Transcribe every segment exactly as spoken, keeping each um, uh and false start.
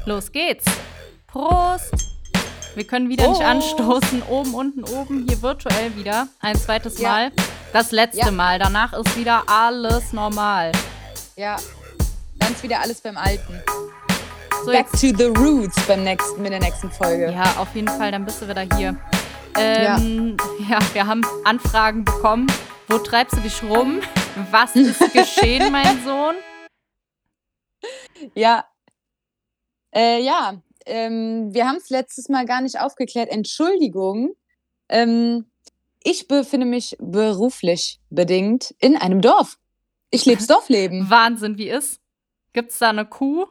Los geht's. Prost. Wir können wieder Prost. nicht anstoßen. Oben, unten, oben. Hier virtuell wieder. Ein zweites Ja. Mal. Das letzte Ja. Mal. Danach ist wieder alles normal. Ja, ganz wieder alles beim Alten. So, Back jetzt. to the roots beim nächsten, mit der nächsten Folge. Ja, auf jeden Fall. Dann bist du wieder hier. Ähm, ja. ja, wir haben Anfragen bekommen. Wo treibst du dich rum? Was ist geschehen, mein Sohn? Ja, äh, ja. Ähm, wir haben es letztes Mal gar nicht aufgeklärt. Entschuldigung. Ähm, ich befinde mich beruflich bedingt in einem Dorf. Ich lebe das Dorfleben. Wahnsinn, wie ist? Gibt's da eine Kuh?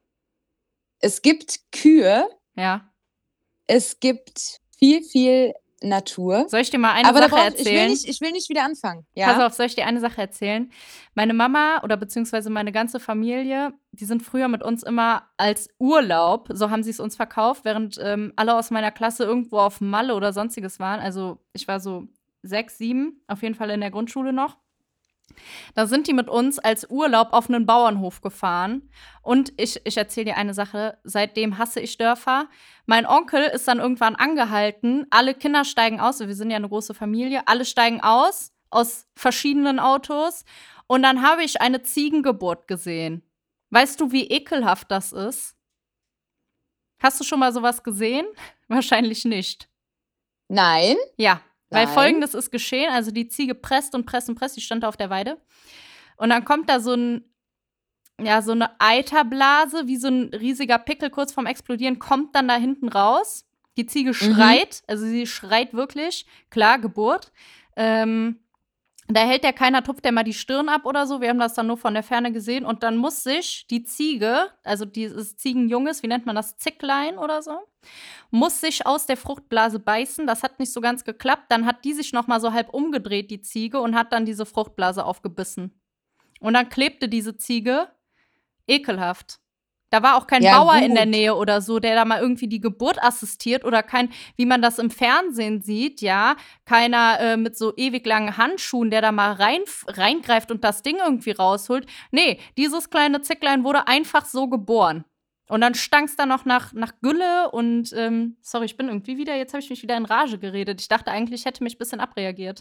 Es gibt Kühe, Ja. es gibt viel, viel Natur. Soll ich dir mal eine Aber da Sache brauch, ich, will erzählen? nicht, ich will nicht wieder anfangen. Ja? Pass auf, soll ich dir eine Sache erzählen? Meine Mama oder beziehungsweise meine ganze Familie, die sind früher mit uns immer als Urlaub, so haben sie es uns verkauft, während ähm, alle aus meiner Klasse irgendwo auf Malle oder sonstiges waren. Also ich war so sechs, sieben, auf jeden Fall in der Grundschule noch. Da sind die mit uns als Urlaub auf einen Bauernhof gefahren. Und ich, ich erzähle dir eine Sache, seitdem hasse ich Dörfer. Mein Onkel ist dann irgendwann angehalten, alle Kinder steigen aus, wir sind ja eine große Familie, alle steigen aus, aus verschiedenen Autos. Und dann habe ich eine Ziegengeburt gesehen. Weißt du, wie ekelhaft das ist? Hast du schon mal sowas gesehen? Wahrscheinlich nicht. Nein. Ja, weil Nein. Folgendes ist geschehen, also die Ziege presst und presst und presst, die stand da auf der Weide. Und dann kommt da so ein, ja, so eine Eiterblase, wie so ein riesiger Pickel kurz vorm Explodieren, kommt dann da hinten raus. Die Ziege schreit, also sie schreit wirklich, klar, Geburt. Ähm, da hält der keiner, tupft der mal die Stirn ab oder so. Wir haben das dann nur von der Ferne gesehen. Und dann muss sich die Ziege, also dieses Ziegenjunges, wie nennt man das, Zicklein oder so, muss sich aus der Fruchtblase beißen. Das hat nicht so ganz geklappt. Dann hat die sich noch mal so halb umgedreht, die Ziege, und hat dann diese Fruchtblase aufgebissen. Und dann klebte diese Ziege ekelhaft. Da war auch kein Ja, Bauer gut. in der Nähe oder so, der da mal irgendwie die Geburt assistiert oder kein, wie man das im Fernsehen sieht, ja, keiner äh, mit so ewig langen Handschuhen, der da mal rein, reingreift und das Ding irgendwie rausholt. Nee, dieses kleine Zicklein wurde einfach so geboren. Und dann stank es da noch nach, nach Gülle und, ähm, sorry, ich bin irgendwie wieder, jetzt habe ich mich wieder in Rage geredet. Ich dachte eigentlich, ich hätte mich ein bisschen abreagiert.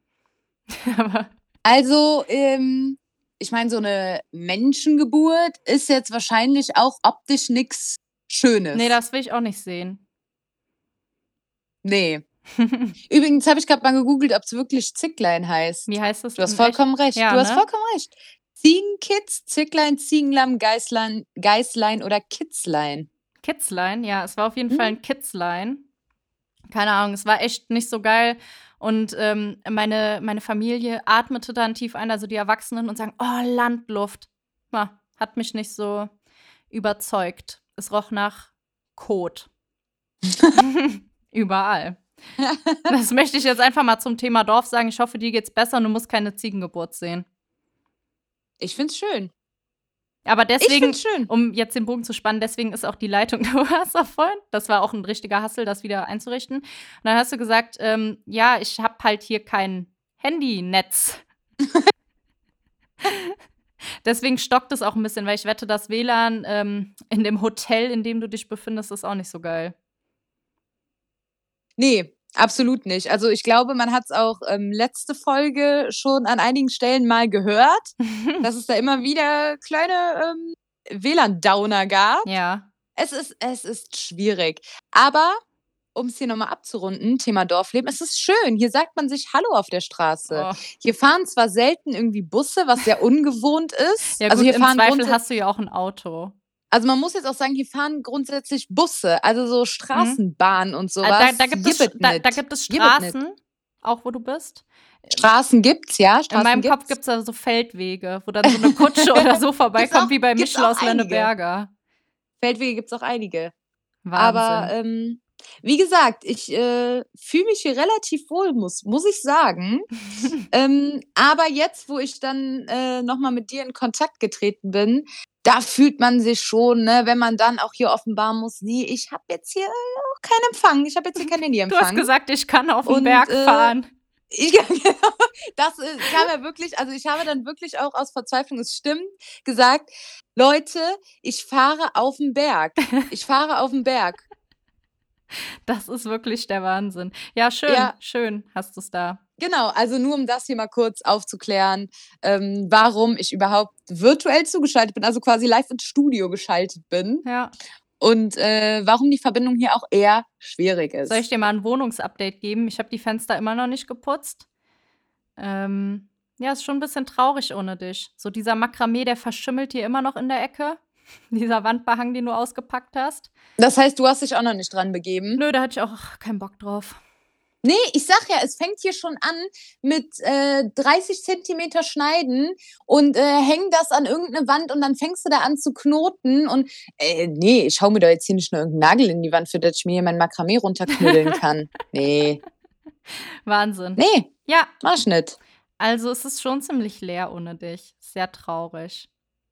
Aber Also, ähm, ich meine, so eine Menschengeburt ist jetzt wahrscheinlich auch optisch nichts Schönes. nee, das will ich auch nicht sehen. Nee. Übrigens habe ich gerade mal gegoogelt, ob es wirklich Zicklein heißt. Wie heißt das? Du hast in vollkommen echt? recht. Ja, du hast ne? vollkommen recht. Ziegenkitz, Zicklein, Ziegenlamm, Geißlein, Geißlein oder Kitzlein. Kitzlein, ja, es war auf jeden Mhm. Fall ein Kitzlein. Keine Ahnung, es war echt nicht so geil. Und ähm, meine, meine Familie atmete dann tief ein, also die Erwachsenen, und sagen, oh, Landluft. Ja, hat mich nicht so überzeugt. Es roch nach Kot. Überall. Das möchte ich jetzt einfach mal zum Thema Dorf sagen. Ich hoffe, dir geht's besser und du musst keine Ziegengeburt sehen. Ich find's schön. Aber Ich deswegen, find's schön. um jetzt den Bogen zu spannen, deswegen ist auch die Leitung, du hast doch vorhin, das war auch ein richtiger Hassel, das wieder einzurichten. Und dann hast du gesagt, ähm, ja, ich habe halt hier kein Handynetz. Deswegen stockt es auch ein bisschen, weil ich wette, das W L A N ähm, in dem Hotel, in dem du dich befindest, ist auch nicht so geil. Nee, absolut nicht. Also ich glaube, man hat es auch ähm, letzte Folge schon an einigen Stellen mal gehört, dass es da immer wieder kleine ähm, W L A N-Downer gab. Ja. Es ist, es ist schwierig. Aber, um es hier nochmal abzurunden, Thema Dorfleben, es ist schön. Hier sagt man sich Hallo auf der Straße. Oh. Hier fahren zwar selten irgendwie Busse, was sehr ungewohnt ist. Ja, also gut, hier im fahren Zweifel grundsä- hast du ja auch ein Auto. Also man muss jetzt auch sagen, hier fahren grundsätzlich Busse, also so Straßenbahnen und Äh, sowas. da, da, gibt es, Gibbet da, nicht. da gibt es Gibbet nicht. Straßen, auch wo du bist. Straßen gibt's, ja. In Straßen meinem gibt's. Kopf gibt es da so Feldwege, wo dann so eine Kutsche oder so vorbeikommt, auch- wie bei gibt's Michel auch aus Lenneberger. Feldwege gibt's auch einige. Wahnsinn. Aber ähm, wie gesagt, ich äh, fühle mich hier relativ wohl, muss, muss ich sagen. ähm, aber jetzt, wo ich dann äh, nochmal mit dir in Kontakt getreten bin, da fühlt man sich schon, ne, wenn man dann auch hier offenbaren muss, nee, ich habe jetzt hier auch keinen Empfang, ich habe jetzt hier keinen Du hast Handyempfang. gesagt, ich kann auf den Und, Berg äh, fahren. Ich, genau, das äh, kam ja wirklich, also ich habe dann wirklich auch aus Verzweiflung, es stimmt, gesagt, Leute, ich fahre auf den Berg. Ich fahre auf den Berg. Das ist wirklich der Wahnsinn. Ja, schön, Ja, schön hast du es da. genau, also nur um das hier mal kurz aufzuklären, ähm, warum ich überhaupt virtuell zugeschaltet bin, also quasi live ins Studio geschaltet bin Ja. und äh, warum die Verbindung hier auch eher schwierig Soll ich ist. dir mal ein Wohnungsupdate geben? Ich habe die Fenster immer noch nicht geputzt. Ähm, ja, ist schon ein bisschen traurig ohne dich. So dieser Makramee, der verschimmelt hier immer noch in der Ecke. Dieser Wandbehang, den du ausgepackt hast. Das heißt, du hast dich auch noch nicht dran begeben? Nö, da hatte ich auch keinen Bock drauf. Nee, ich sag ja, es fängt hier schon an mit äh, dreißig Zentimeter Schneiden und äh, häng das an irgendeine Wand und dann fängst du da an zu knoten und äh, nee, ich hau mir da jetzt hier nicht nur irgendeinen Nagel in die Wand, für das ich mir hier mein Makramee runterknüdeln kann. Nee, Wahnsinn. nee, Ja, mach ich nicht. also es ist schon ziemlich leer ohne dich. Sehr traurig.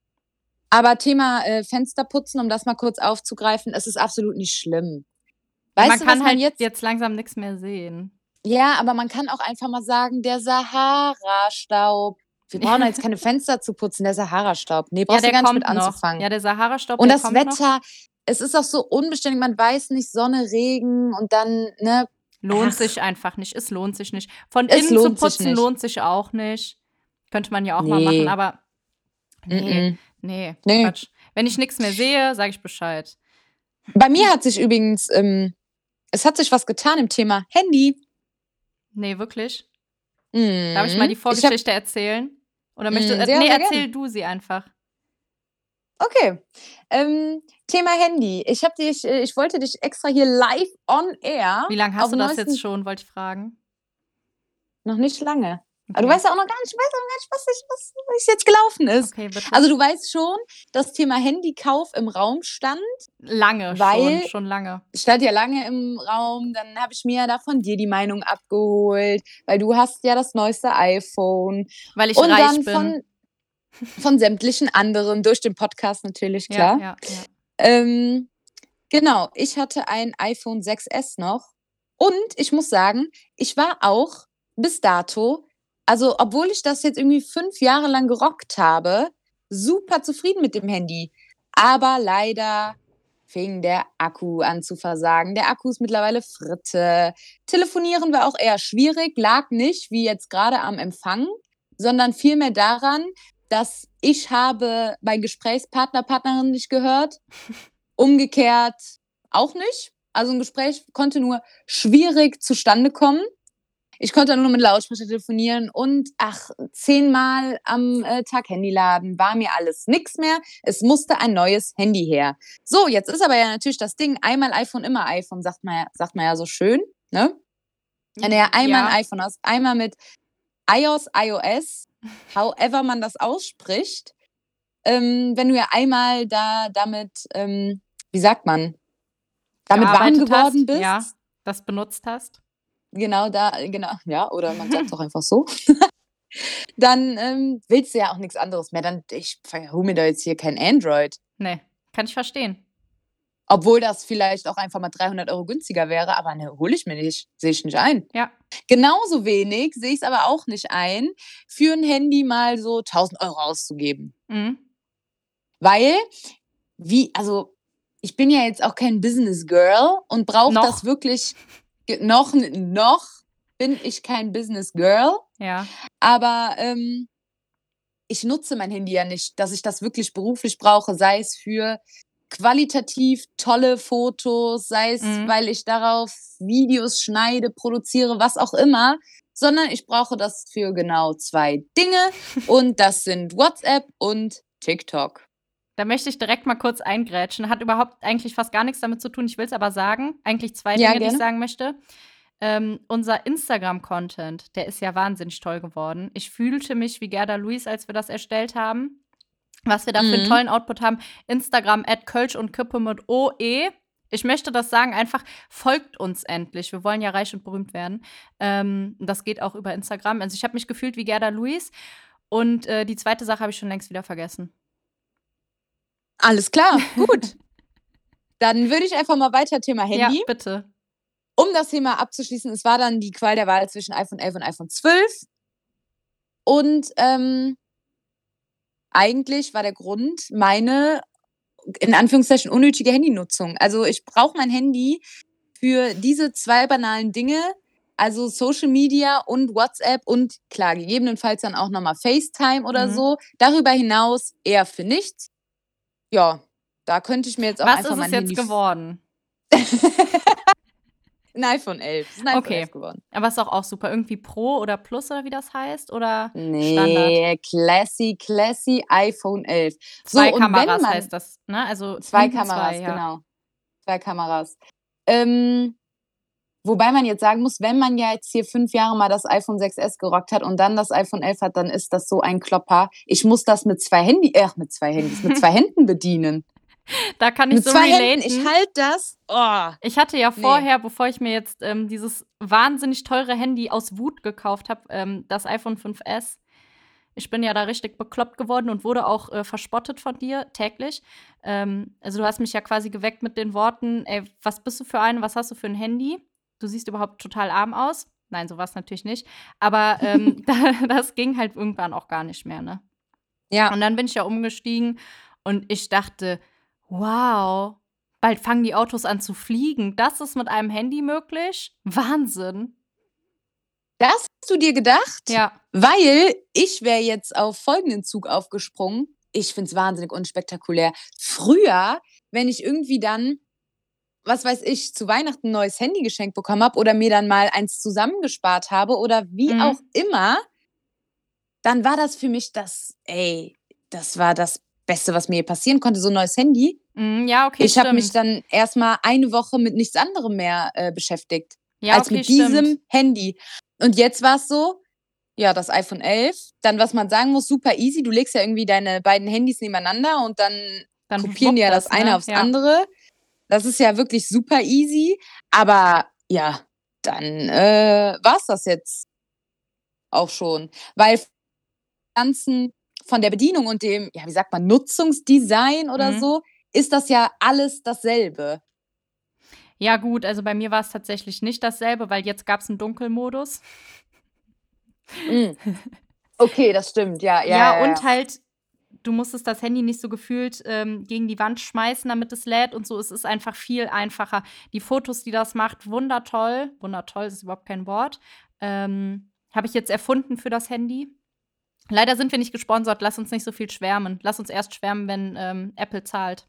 Aber Thema äh, Fensterputzen, um das mal kurz aufzugreifen, es ist absolut nicht schlimm. Ja, Weißt man du, was kann man halt jetzt jetzt langsam nichts mehr sehen. Ja, aber man kann auch einfach mal sagen, der Sahara-Staub. Wir brauchen da jetzt keine Fenster zu putzen, der Sahara-Staub. Ne, Ja, brauchst du der gar nicht mit kommt noch. anzufangen. Ja, der Sahara-Staub, Und der das kommt noch. Wetter, es ist auch so unbeständig, man weiß nicht, Sonne, Regen und dann, ne? Lohnt Ach, sich einfach nicht. Es lohnt sich nicht. Von es innen zu lohnt sich putzen nicht. lohnt sich auch nicht. Könnte man ja auch mal machen, Ne, aber nee, mm-mm. nee, Ne. Quatsch. Wenn ich nichts mehr sehe, sage ich Bescheid. Bei mir hat sich übrigens, ähm, es hat sich was getan im Thema Handy. Nee, wirklich? Darf ich mal die Mhm. Ich habe Vorgeschichte erzählen? Oder möchtest mm, äh, sehr, nee, sehr erzähl gern. du sie einfach. Okay. Ähm, Thema Handy. Ich habe dich, äh, ich wollte dich extra hier live on air Wie lange auf hast du dem das jetzt neuesten schon, wollte ich fragen. Noch nicht lange. Aber du Okay. weißt ja auch noch gar nicht, du weißt auch noch gar nicht, was, ich, was, was jetzt gelaufen ist. Okay, bitte. Also du weißt schon, das Thema Handykauf im Raum stand, Lange weil schon, schon lange. stand ja lange im Raum. Dann habe ich mir da von dir die Meinung abgeholt, weil du hast ja das neueste iPhone. Weil ich Und reich dann bin. von, von sämtlichen anderen, durch den Podcast natürlich, Ja, klar. ja, ja. Ähm, genau, ich hatte ein iPhone sechs S noch. Und ich muss sagen, ich war auch bis dato, also obwohl ich das jetzt irgendwie fünf Jahre lang gerockt habe, super zufrieden mit dem Handy. Aber leider fing der Akku an zu versagen. Der Akku ist mittlerweile Fritte. Telefonieren war auch eher schwierig, lag nicht wie jetzt gerade am Empfang, sondern vielmehr daran, dass ich habe meinen Gesprächspartner, Partnerin nicht gehört. Umgekehrt auch nicht. Also ein Gespräch konnte nur schwierig zustande kommen. Ich konnte nur mit Lautsprecher telefonieren und ach, zehnmal am äh, Tag Handy laden, war mir alles nix mehr. Es musste ein neues Handy her. So, jetzt ist aber ja natürlich das Ding, einmal iPhone, immer iPhone, sagt man ja, sagt man ja so schön, ne? Wenn du ja einmal Ja. ein iPhone hast, einmal mit iOS, iOS, however man das ausspricht, ähm, wenn du ja einmal da damit, ähm, wie sagt man, damit warm Gearbeitet geworden hast, bist, ja, das benutzt hast. genau da, genau, ja, oder man sagt es auch einfach so, dann ähm, willst du ja auch nichts anderes mehr. Dann, ich hole mir da jetzt hier kein Android. Nee, kann ich verstehen. Obwohl das vielleicht auch einfach mal dreihundert Euro günstiger wäre, aber ne, hole ich mir nicht, sehe ich nicht ein. Ja. Genauso wenig sehe ich es aber auch nicht ein, für ein Handy mal so tausend Euro auszugeben. Mhm. Weil, wie, also ich bin ja jetzt auch kein Business Girl und brauche Noch. das wirklich, ge- noch, noch bin ich kein Business Girl, Ja. aber ähm, ich nutze mein Handy ja nicht, dass ich das wirklich beruflich brauche, sei es für qualitativ tolle Fotos, sei es, Mhm. weil ich darauf Videos schneide, produziere, was auch immer, sondern ich brauche das für genau zwei Dinge und das sind WhatsApp und TikTok. Da möchte ich direkt mal kurz eingrätschen. Hat überhaupt eigentlich fast gar nichts damit zu tun. Ich will es aber sagen. Eigentlich zwei Ja, Dinge, die ich gerne. sagen möchte. Ähm, unser Instagram-Content, der ist ja wahnsinnig toll geworden. Ich fühlte mich wie Gerda Luis, als wir das erstellt haben. Was wir da für einen Mhm. tollen Output haben. Instagram at Kölsch und Kippe mit O E. Ich möchte das sagen, einfach folgt uns endlich. Wir wollen ja reich und berühmt werden. Ähm, das geht auch über Instagram. Also ich habe mich gefühlt wie Gerda Luis. Und äh, die zweite Sache habe ich schon längst wieder vergessen. Alles klar, gut. Dann würde ich einfach mal weiter Thema Ja, Handy. bitte. um das Thema abzuschließen, es war dann die Qual der Wahl zwischen iPhone elf und iPhone zwölf. Und ähm, eigentlich war der Grund meine, in Anführungszeichen, unnötige Handynutzung. Also ich brauche mein Handy für diese zwei banalen Dinge, also Social Media und WhatsApp und klar, gegebenenfalls dann auch nochmal FaceTime oder Mhm. so. Darüber hinaus eher für nichts. Ja, da könnte ich mir jetzt auch Was einfach ist mein es jetzt Handy... geworden? Ein iPhone elf. Es ist ein iPhone Okay. elf geworden. Aber ist doch auch super. Irgendwie Pro oder Plus oder wie das heißt? Oder Standard? Nee, classy, classy iPhone elf. Zwei So, und wenn Kameras man... heißt das, ne? Also Zwei hinten Kameras, zwei, ja. genau. Zwei Kameras. Ähm, wobei man jetzt sagen muss, wenn man ja jetzt hier fünf Jahre mal das iPhone sechs S gerockt hat und dann das iPhone elf hat, dann ist das so ein Klopper. Ich muss das mit zwei Handy, äh, mit zwei Handys, mit zwei Händen bedienen. Da kann ich Mit so zwei relaten. Händen, ich halte das. Oh. Ich hatte ja Nee. vorher, bevor ich mir jetzt ähm, dieses wahnsinnig teure Handy aus Wut gekauft habe, ähm, das iPhone fünf S. Ich bin ja da richtig bekloppt geworden und wurde auch äh, verspottet von dir täglich. Ähm, also du hast mich ja quasi geweckt mit den Worten, ey, was bist du für eine, was hast du für ein Handy? Du siehst überhaupt total arm aus. Nein, so war es natürlich nicht. Aber ähm, das ging halt irgendwann auch gar nicht mehr, ne? Ja. Und dann bin ich ja umgestiegen und ich dachte, wow, bald fangen die Autos an zu fliegen. Das ist mit einem Handy möglich? Wahnsinn. Das hast du dir gedacht? Ja. Weil ich wäre jetzt auf folgenden Zug aufgesprungen. Ich finde es wahnsinnig unspektakulär. Früher, wenn ich irgendwie dann, was weiß ich, zu Weihnachten ein neues Handy geschenkt bekommen habe oder mir dann mal eins zusammengespart habe oder wie Mhm. auch immer, dann war das für mich das, ey, das war das Beste, was mir passieren konnte, so ein neues Handy. Mhm, ja, okay, Ich habe mich stimmt. dann erstmal eine Woche mit nichts anderem mehr äh, beschäftigt, Ja, als okay, mit diesem stimmt. Handy. Und jetzt war es so, ja, das iPhone elf, dann, was man sagen muss, super easy. Du legst ja irgendwie deine beiden Handys nebeneinander und dann, Dann kopieren die ja schwuppt das das, eine ne? aufs Ja. andere. Das ist ja wirklich super easy. Aber ja, dann äh, war es das jetzt auch schon. Weil ganzen von der Bedienung und dem, ja, wie sagt man, Nutzungsdesign oder Mhm. so, ist das ja alles dasselbe. Ja, gut, also bei mir war es tatsächlich nicht dasselbe, weil jetzt gab es einen Dunkelmodus. Mm. Okay, das stimmt, ja, ja, Ja, ja, ja. und halt, du musstest das Handy nicht so gefühlt ähm, gegen die Wand schmeißen, damit es lädt und so. Es ist einfach viel einfacher. Die Fotos, die das macht, wundertoll. Wundertoll ist überhaupt kein Wort. Ähm, Habe ich jetzt erfunden für das Handy. Leider sind wir nicht gesponsert. Lass uns nicht so viel schwärmen. Lass uns erst schwärmen, wenn ähm, Apple zahlt.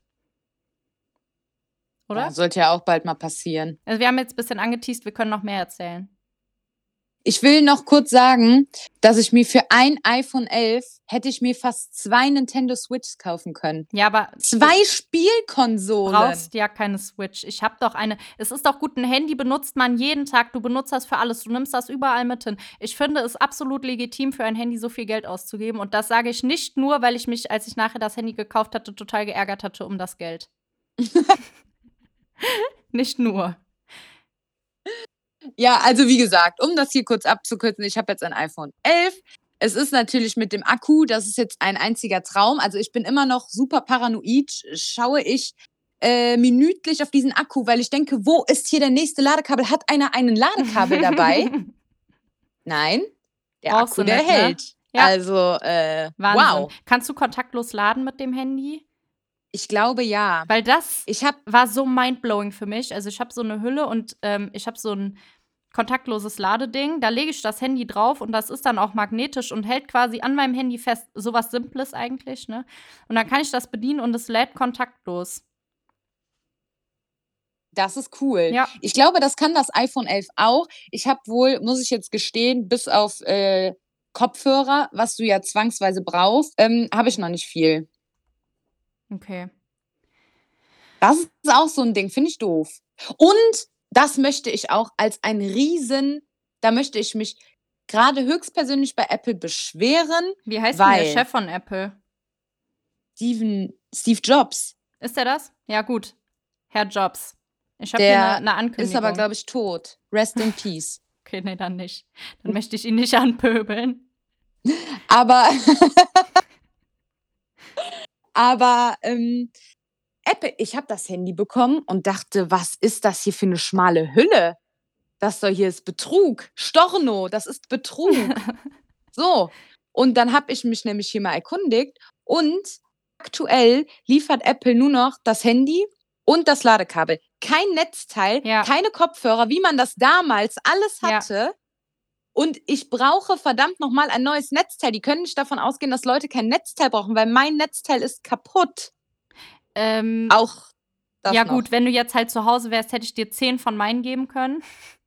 Oder? Ja, sollte ja auch bald mal passieren. Also wir haben jetzt ein bisschen angeteast, wir können noch mehr erzählen. Ich will noch kurz sagen, dass ich mir für ein iPhone elf hätte ich mir fast zwei Nintendo Switches kaufen können. Ja, aber Zwei du Spielkonsolen. brauchst ja keine Switch. Ich habe doch eine. Es ist doch gut, ein Handy benutzt man jeden Tag. Du benutzt das für alles. Du nimmst das überall mit hin. Ich finde es absolut legitim, für ein Handy so viel Geld auszugeben. Und das sage ich nicht nur, weil ich mich, als ich nachher das Handy gekauft hatte, total geärgert hatte um das Geld. Nicht nur. Ja, also wie gesagt, um das hier kurz abzukürzen, ich habe jetzt ein iPhone elf. Es ist natürlich mit dem Akku, das ist jetzt ein einziger Traum. Also ich bin immer noch super paranoid, schaue ich äh, minütlich auf diesen Akku, weil ich denke, wo ist hier der nächste Ladekabel? Hat einer einen Ladekabel dabei? Nein, der Brauchst Akku, du der nicht, ne? hält. Ja. Also, äh, Wahnsinn. wow. Kannst du kontaktlos laden mit dem Handy? Ich glaube, ja. Weil das Ich habe war so mindblowing für mich. Also ich habe so eine Hülle und ähm, ich habe so ein kontaktloses Ladeding. Da lege ich das Handy drauf und das ist dann auch magnetisch und hält quasi an meinem Handy fest. Sowas Simples eigentlich, ne? Und dann kann ich das bedienen und es lädt kontaktlos. Das ist cool. Ja. Ich glaube, das kann das iPhone elf auch. Ich habe wohl, muss ich jetzt gestehen, bis auf äh, Kopfhörer, was du ja zwangsweise brauchst, ähm, habe ich noch nicht viel. Okay. Das ist auch so ein Ding, finde ich doof. Und das möchte ich auch als ein Riesen, da möchte ich mich gerade höchstpersönlich bei Apple beschweren. Wie heißt denn weil der Chef von Apple? Steven, Steve Jobs, Ist der das? Ja, gut. Herr Jobs. Ich habe hier der eine ne Ankündigung. ist aber, glaube ich, tot. Rest in peace. Okay, nee, dann nicht. Dann möchte ich ihn nicht anpöbeln. Aber, aber ähm, Apple, ich habe das Handy bekommen und dachte, was ist das hier für eine schmale Hülle? das doch hier ist Betrug. Storno, das ist Betrug. So, und dann habe ich mich nämlich hier mal erkundigt und aktuell liefert Apple nur noch das Handy und das Ladekabel. Kein Netzteil, Ja. keine Kopfhörer, wie man das damals alles Ja. hatte. Und ich brauche verdammt nochmal ein neues Netzteil. Die können nicht davon ausgehen, dass Leute kein Netzteil brauchen, weil mein Netzteil ist kaputt. Ähm, Auch das ja noch. gut, wenn du jetzt halt zu Hause wärst, hätte ich dir zehn von meinen geben können.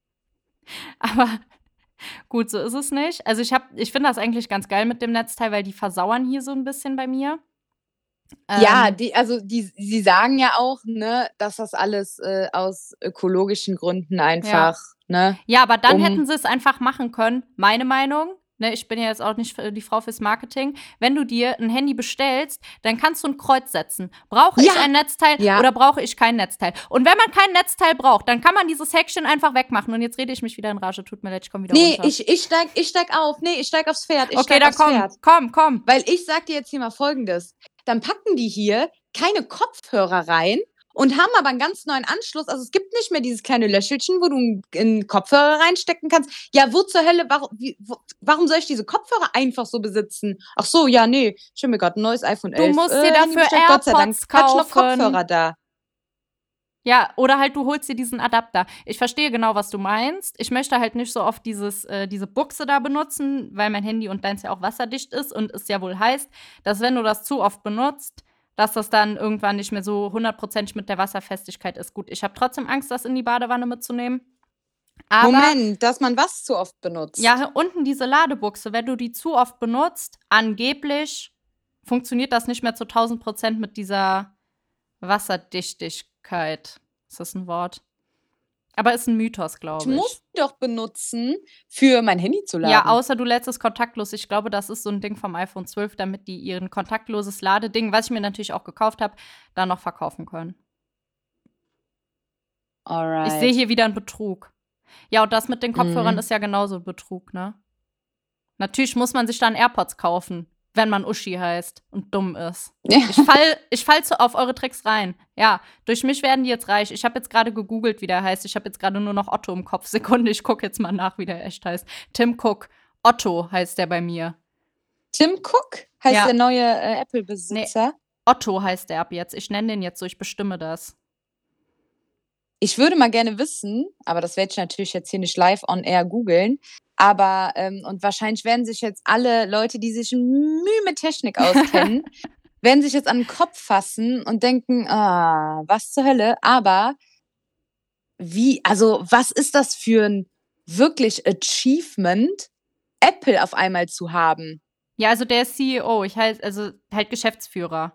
Aber gut, so ist es nicht. Also ich, hab- ich finde das eigentlich ganz geil mit dem Netzteil, weil die versauern hier so ein bisschen bei mir. Ja, Ähm, die, also die, sie sagen ja auch, ne, dass das alles äh, aus ökologischen Gründen einfach, ne? Ja, aber dann um- hätten sie es einfach machen können. Meine Meinung, ne, ich bin ja jetzt auch nicht die Frau fürs Marketing. Wenn du dir ein Handy bestellst, dann kannst du ein Kreuz setzen. Brauche ich Ja. ein Netzteil Ja. oder brauche ich kein Netzteil? Und wenn man kein Netzteil braucht, dann kann man dieses Häkchen einfach wegmachen. Und jetzt rede ich mich wieder in Rage. Tut mir leid, ich komme wieder Nee, runter. ich, ich, steig, ich steig auf. Nee, ich steig aufs Pferd. Ich okay, steig dann aufs komm, Pferd. komm, komm. Weil ich sag dir jetzt hier mal Folgendes. Dann packen die hier keine Kopfhörer rein und haben aber einen ganz neuen Anschluss. Also es gibt nicht mehr dieses kleine Löchelchen, wo du einen Kopfhörer reinstecken kannst. Ja, wo zur Hölle, warum, wie, wo, warum soll ich diese Kopfhörer einfach so besitzen? Ach so, ja, nee, ich habe mir gerade ein neues iPhone elf. musst äh, dir Handy dafür bestellt. Gott sei Dank AirPods hatte ich noch kaufen. Kopfhörer da. Ja, oder halt du holst dir diesen Adapter. Ich verstehe genau, was du meinst. Ich möchte halt nicht so oft dieses, äh, diese Buchse da benutzen, weil mein Handy und deins ja auch wasserdicht ist und es ja wohl heißt, dass wenn du das zu oft benutzt, dass das dann irgendwann nicht mehr so hundertprozentig mit der Wasserfestigkeit ist. Gut, ich habe trotzdem Angst, das in die Badewanne mitzunehmen. Aber Moment, dass man was zu oft benutzt. ja, hier unten diese Ladebuchse, wenn du die zu oft benutzt, angeblich funktioniert das nicht mehr zu tausend Prozent mit dieser Wasserdichtigkeit. Ist das ein Wort? Aber ist ein Mythos, glaube Ich ich. muss die doch benutzen, für mein Handy zu laden. Ja, außer du lädst es kontaktlos. Ich glaube, das ist so ein Ding vom iPhone zwölf, damit die ihren kontaktloses Ladeding, was ich mir natürlich auch gekauft habe, dann noch verkaufen können. Alright. Ich sehe hier wieder einen Betrug. Ja, und das mit den Kopfhörern Mhm. ist ja genauso ein Betrug, ne? Natürlich muss man sich dann AirPods kaufen, wenn man Uschi heißt und dumm ist. Ja. Ich fall, ich fall zu, auf eure Tricks rein. Ja, durch mich werden die jetzt reich. Ich habe jetzt gerade gegoogelt, wie der heißt. Ich habe jetzt gerade nur noch Otto im Kopf. Sekunde, ich gucke jetzt mal nach, wie der echt heißt. Tim Cook. Otto heißt der bei mir. Tim Cook heißt Ja. der neue äh, Apple-Besitzer. Otto heißt der ab jetzt. Ich nenne den jetzt so, ich bestimme das. Ich würde mal gerne wissen, aber das werde ich natürlich jetzt hier nicht live on air googeln, aber ähm, und wahrscheinlich werden sich jetzt alle Leute, die sich Mühe mit Technik auskennen, werden sich jetzt an den Kopf fassen und denken, ah, was zur Hölle, aber wie, also was ist das für ein wirklich Achievement, Apple auf einmal zu haben? Ja, also der ist C E O. Ich halt, also halt Geschäftsführer.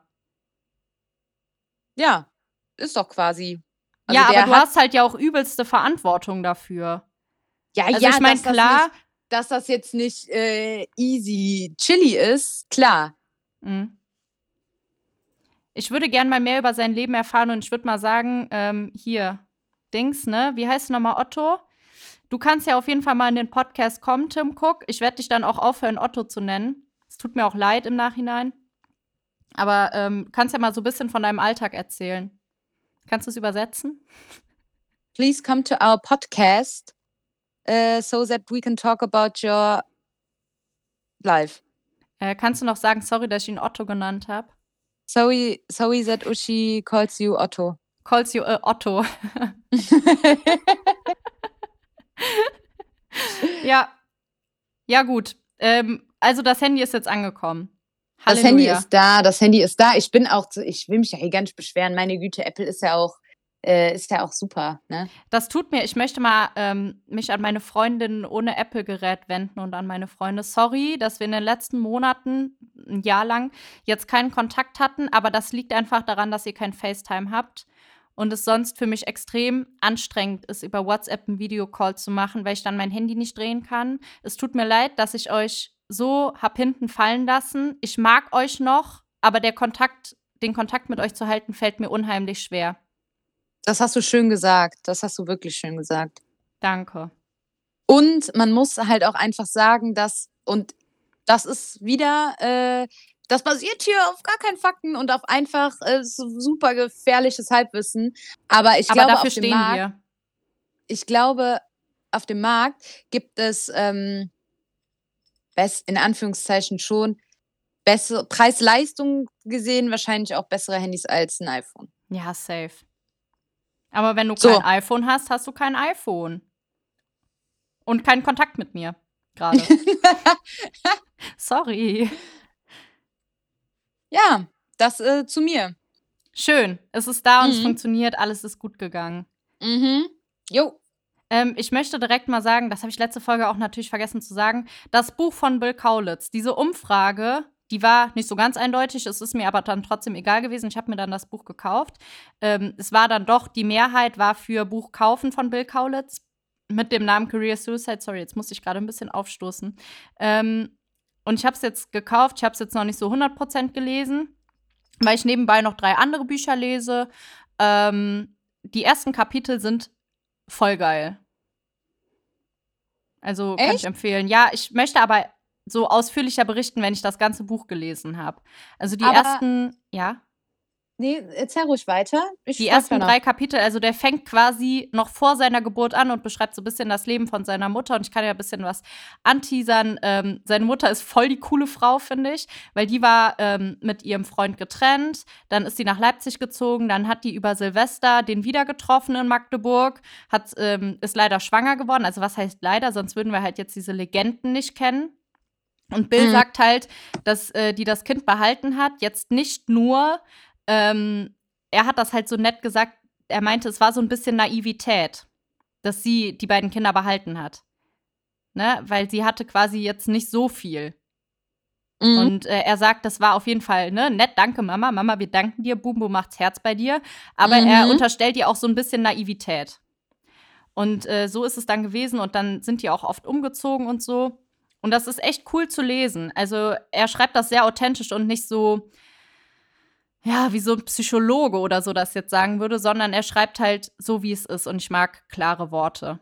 Ja, ist doch quasi. Also ja, der aber du hat, hast halt ja auch übelste Verantwortung dafür. ja, Also ja, ich meine, dass das klar. nicht, dass das jetzt nicht äh, easy chilly ist, klar. Mhm. Ich würde gern mal mehr über sein Leben erfahren und ich würde mal sagen, ähm, hier, Dings, ne? Wie heißt du nochmal, Otto? Du kannst ja auf jeden Fall mal in den Podcast kommen, Tim Cook. Ich werde dich dann auch aufhören, Otto zu nennen. Es tut mir auch leid im Nachhinein. Aber ähm, kannst ja mal so ein bisschen von deinem Alltag erzählen. Kannst du es übersetzen? Please come to our podcast uh, so that we can talk about your life. Äh, kannst du noch sagen, sorry, dass ich ihn Otto genannt habe? Sorry, sorry that Uschi calls you Otto. Calls you äh, Otto. ja. Ja, gut. Ähm, also das Handy ist jetzt angekommen. Das Halleluja. Handy ist da, das Handy ist da. Ich bin auch, zu, ich will mich ja hier gar nicht beschweren. Meine Güte, Apple ist ja auch, äh, ist ja auch super, ne? Das tut mir, ich möchte mal ähm, mich an meine Freundin ohne Apple-Gerät wenden und an meine Freunde. Sorry, dass wir in den letzten Monaten, ein Jahr lang, jetzt keinen Kontakt hatten, aber das liegt einfach daran, dass ihr kein FaceTime habt und es sonst für mich extrem anstrengend ist, über WhatsApp einen Videocall zu machen, weil ich dann mein Handy nicht drehen kann. Es tut mir leid, dass ich euch so hab hinten fallen lassen. Ich mag euch noch, aber der Kontakt, den Kontakt mit euch zu halten, fällt mir unheimlich schwer. Das hast du schön gesagt. Das hast du wirklich schön gesagt. Danke. Und man muss halt auch einfach sagen, dass, und das ist wieder, äh, das basiert hier auf gar keinen Fakten und auf einfach äh, so super gefährliches Halbwissen. Aber ich Aber glaube, dafür auf dem stehen Markt, wir. ich glaube, auf dem Markt gibt es ähm, best, in Anführungszeichen schon bessere Preis-Leistung gesehen, wahrscheinlich auch bessere Handys als ein iPhone. Ja, safe. Aber wenn du kein So. iPhone hast, hast du kein iPhone. Und keinen Kontakt mit mir. Gerade. Sorry. Ja, das äh, zu mir. Schön. Es ist da und es Mhm. funktioniert. Alles ist gut gegangen. Mhm. Jo. Ähm, ich möchte direkt mal sagen, das habe ich letzte Folge auch natürlich vergessen zu sagen, das Buch von Bill Kaulitz, diese Umfrage, die war nicht so ganz eindeutig, es ist mir aber dann trotzdem egal gewesen. Ich habe mir dann das Buch gekauft. Ähm, es war dann doch, die Mehrheit war für Buch kaufen von Bill Kaulitz mit dem Namen Career Suicide. Sorry, jetzt musste ich gerade ein bisschen aufstoßen. Ähm, und ich habe es jetzt gekauft, ich habe es jetzt noch nicht so hundert Prozent gelesen, weil ich nebenbei noch drei andere Bücher lese. Ähm, die ersten Kapitel sind voll geil. Also kann ich Echt? empfehlen. Ja, ich möchte aber so ausführlicher berichten, wenn ich das ganze Buch gelesen habe. Also die Aber ersten, ja, nee, erzähl ruhig weiter. Ich die frag ersten danach. drei Kapitel, also der fängt quasi noch vor seiner Geburt an und beschreibt so ein bisschen das Leben von seiner Mutter. Und ich kann ja ein bisschen was anteasern. Ähm, seine Mutter ist voll die coole Frau, finde ich, weil die war ähm, mit ihrem Freund getrennt. Dann ist sie nach Leipzig gezogen. Dann hat die über Silvester den wieder getroffen in Magdeburg. Hat, ähm, ist leider schwanger geworden. Also was heißt leider? Sonst würden wir halt jetzt diese Legenden nicht kennen. Und Bill Mhm. sagt halt, dass äh, die das Kind behalten hat. Jetzt nicht nur, ähm, er hat das halt so nett gesagt, er meinte, es war so ein bisschen Naivität, dass sie die beiden Kinder behalten hat. Ne? Weil sie hatte quasi jetzt nicht so viel. Mhm. Und äh, er sagt, das war auf jeden Fall ne, nett, danke Mama, Mama, wir danken dir, Bumbo macht's Herz bei dir. Aber Mhm. er unterstellt ihr auch so ein bisschen Naivität. Und äh, so ist es dann gewesen und dann sind die auch oft umgezogen und so. Und das ist echt cool zu lesen. Also er schreibt das sehr authentisch und nicht so, ja, wie so ein Psychologe oder so das jetzt sagen würde, sondern er schreibt halt so, wie es ist. Und ich mag klare Worte.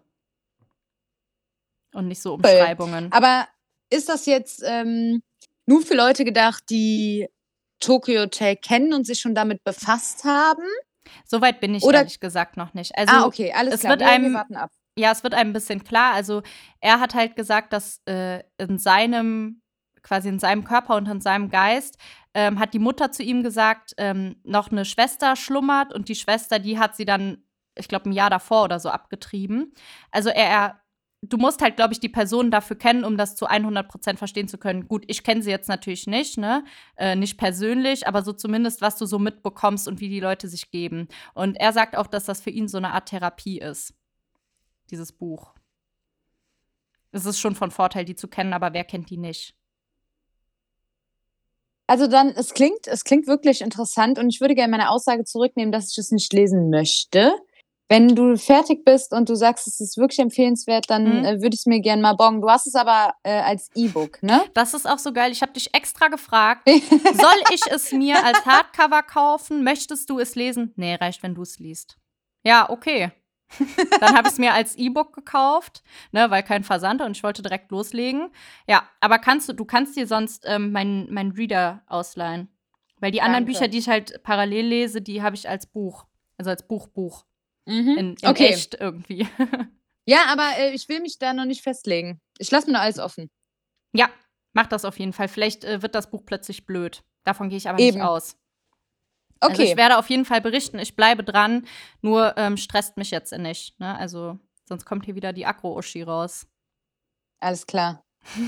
Und nicht so Umschreibungen. Aber ist das jetzt ähm, nur für Leute gedacht, die Tokyo Hotel kennen und sich schon damit befasst haben? Soweit bin ich Oder ehrlich gesagt noch nicht. Also, ah, okay, alles es klar. wird Wir, wir einem warten ab. ja, es wird einem ein bisschen klar. Also, er hat halt gesagt, dass äh, in seinem quasi in seinem Körper und in seinem Geist ähm, hat die Mutter zu ihm gesagt, ähm, noch eine Schwester schlummert und die Schwester, die hat sie dann, ich glaube, ein Jahr davor oder so abgetrieben. Also, er, er du musst halt, glaube ich, die Person dafür kennen, um das zu hundert Prozent verstehen zu können. Gut, ich kenne sie jetzt natürlich nicht, ne? Äh, nicht persönlich, aber so zumindest, was du so mitbekommst und wie die Leute sich geben. Und er sagt auch, dass das für ihn so eine Art Therapie ist, dieses Buch. Es ist schon von Vorteil, die zu kennen, aber wer kennt die nicht? Also dann, es klingt, es klingt wirklich interessant und ich würde gerne meine Aussage zurücknehmen, dass ich es nicht lesen möchte. Wenn du fertig bist und du sagst, es ist wirklich empfehlenswert, dann Mhm. äh, würde ich es mir gerne mal borgen. Du hast es aber äh, als E-Book, ne? Das ist auch so geil. Ich habe dich extra gefragt, soll ich es mir als Hardcover kaufen? Möchtest du es lesen? Nee, reicht, wenn du es liest. Ja, okay. Dann habe ich es mir als E-Book gekauft, ne, weil kein Versand und ich wollte direkt loslegen. Ja, aber kannst du, du kannst dir sonst ähm, meinen mein Reader ausleihen. Weil die anderen Danke. Bücher, die ich halt parallel lese, die habe ich als Buch. Also als Buchbuch. Mhm. In, in Okay. echt irgendwie. Ja, aber äh, ich will mich da noch nicht festlegen. Ich lasse mir noch alles offen. Ja, mach das auf jeden Fall. Vielleicht äh, wird das Buch plötzlich blöd. Davon gehe ich aber nicht Eben. aus. Also ich Okay. werde auf jeden Fall berichten, ich bleibe dran, nur ähm, stresst mich jetzt nicht. Ne? Also sonst kommt hier wieder die Agro-Uschi raus. Alles klar.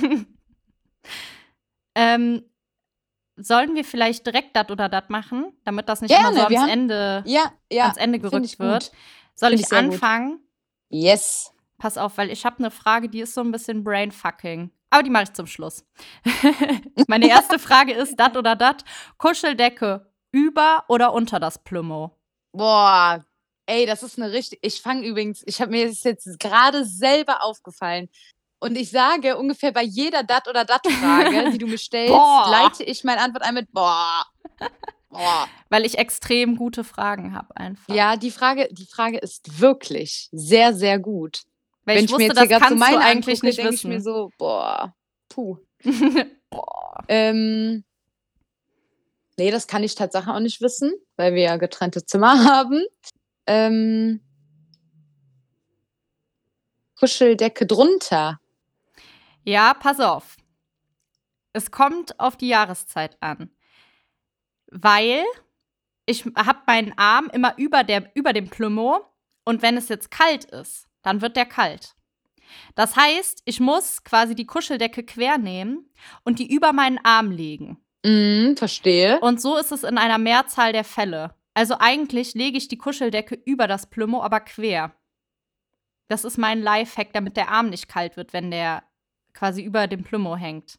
ähm, sollen wir vielleicht direkt dat oder dat machen, damit das nicht Gerne, immer so wir ans haben- Ende, Ja, ja. ans Ende find gerückt ich gut. wird? Soll Find ich, ich sehr gut. anfangen? Yes. Pass auf, weil ich habe eine Frage, die ist so ein bisschen brainfucking. Aber die mache ich zum Schluss. Meine erste Frage ist, dat oder dat, Kuscheldecke über oder unter das Plümo? Boah, ey, das ist eine richtig. Ich fange übrigens, ich habe mir das jetzt gerade selber aufgefallen. Und ich sage ungefähr bei jeder Dat- oder Dat-Frage, die du mir stellst, Boah. leite ich meine Antwort ein mit Boah. Boah. Weil ich extrem gute Fragen habe einfach. Ja, die Frage, die Frage ist wirklich sehr, sehr gut. Weil Wenn ich ich mir wusste, jetzt hier das gerade so kannst du meine eigentlich angucke, nicht denke ich mir wissen. so, boah, puh. Boah. Ähm, nee, das kann ich tatsächlich auch nicht wissen, weil wir ja getrennte Zimmer haben. Ähm, Kuscheldecke drunter? Ja, pass auf. Es kommt auf die Jahreszeit an. Weil ich habe meinen Arm immer über, der, über dem Plümo und wenn es jetzt kalt ist, dann wird der kalt. Das heißt, ich muss quasi die Kuscheldecke quer nehmen und die über meinen Arm legen. Mm, verstehe. Und so ist es in einer Mehrzahl der Fälle. Also eigentlich lege ich die Kuscheldecke über das Plümo, aber quer. Das ist mein Lifehack, damit der Arm nicht kalt wird, wenn der quasi über dem Plümo hängt.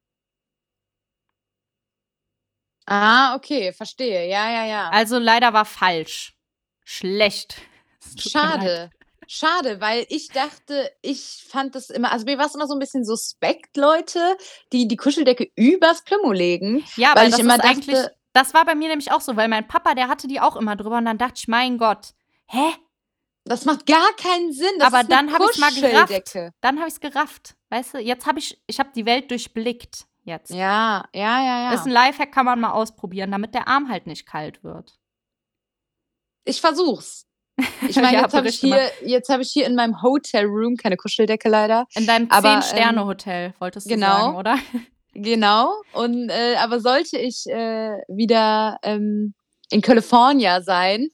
Ah, okay, verstehe. Ja, ja, ja. Also leider war falsch. Schlecht. Es tut mir leid. Schade. Schade, weil ich dachte, ich fand das immer, also mir war es immer so ein bisschen suspekt, Leute, die die Kuscheldecke übers Plümo legen, Ja, weil aber ich das immer ist eigentlich, dachte, das war bei mir nämlich auch so, weil mein Papa, der hatte die auch immer drüber und dann dachte ich, mein Gott, hä? das macht gar keinen Sinn. Das Aber ist eine dann habe ich es mal gerafft. Kuscheldecke. Dann habe ich es gerafft. Weißt du, jetzt habe ich, ich habe die Welt durchblickt jetzt. Ja, ja, ja, Ist ein ja. Lifehack, kann man mal ausprobieren, damit der Arm halt nicht kalt wird. Ich versuch's. Ich meine, Ja, jetzt habe ich berichte mal. hier, jetzt habe ich hier in meinem Hotelroom keine Kuscheldecke leider. In deinem Aber, ähm, Zehn-Sterne-Hotel, wolltest du genau. sagen, oder? Genau. Und äh, aber sollte ich äh, wieder ähm, in California sein,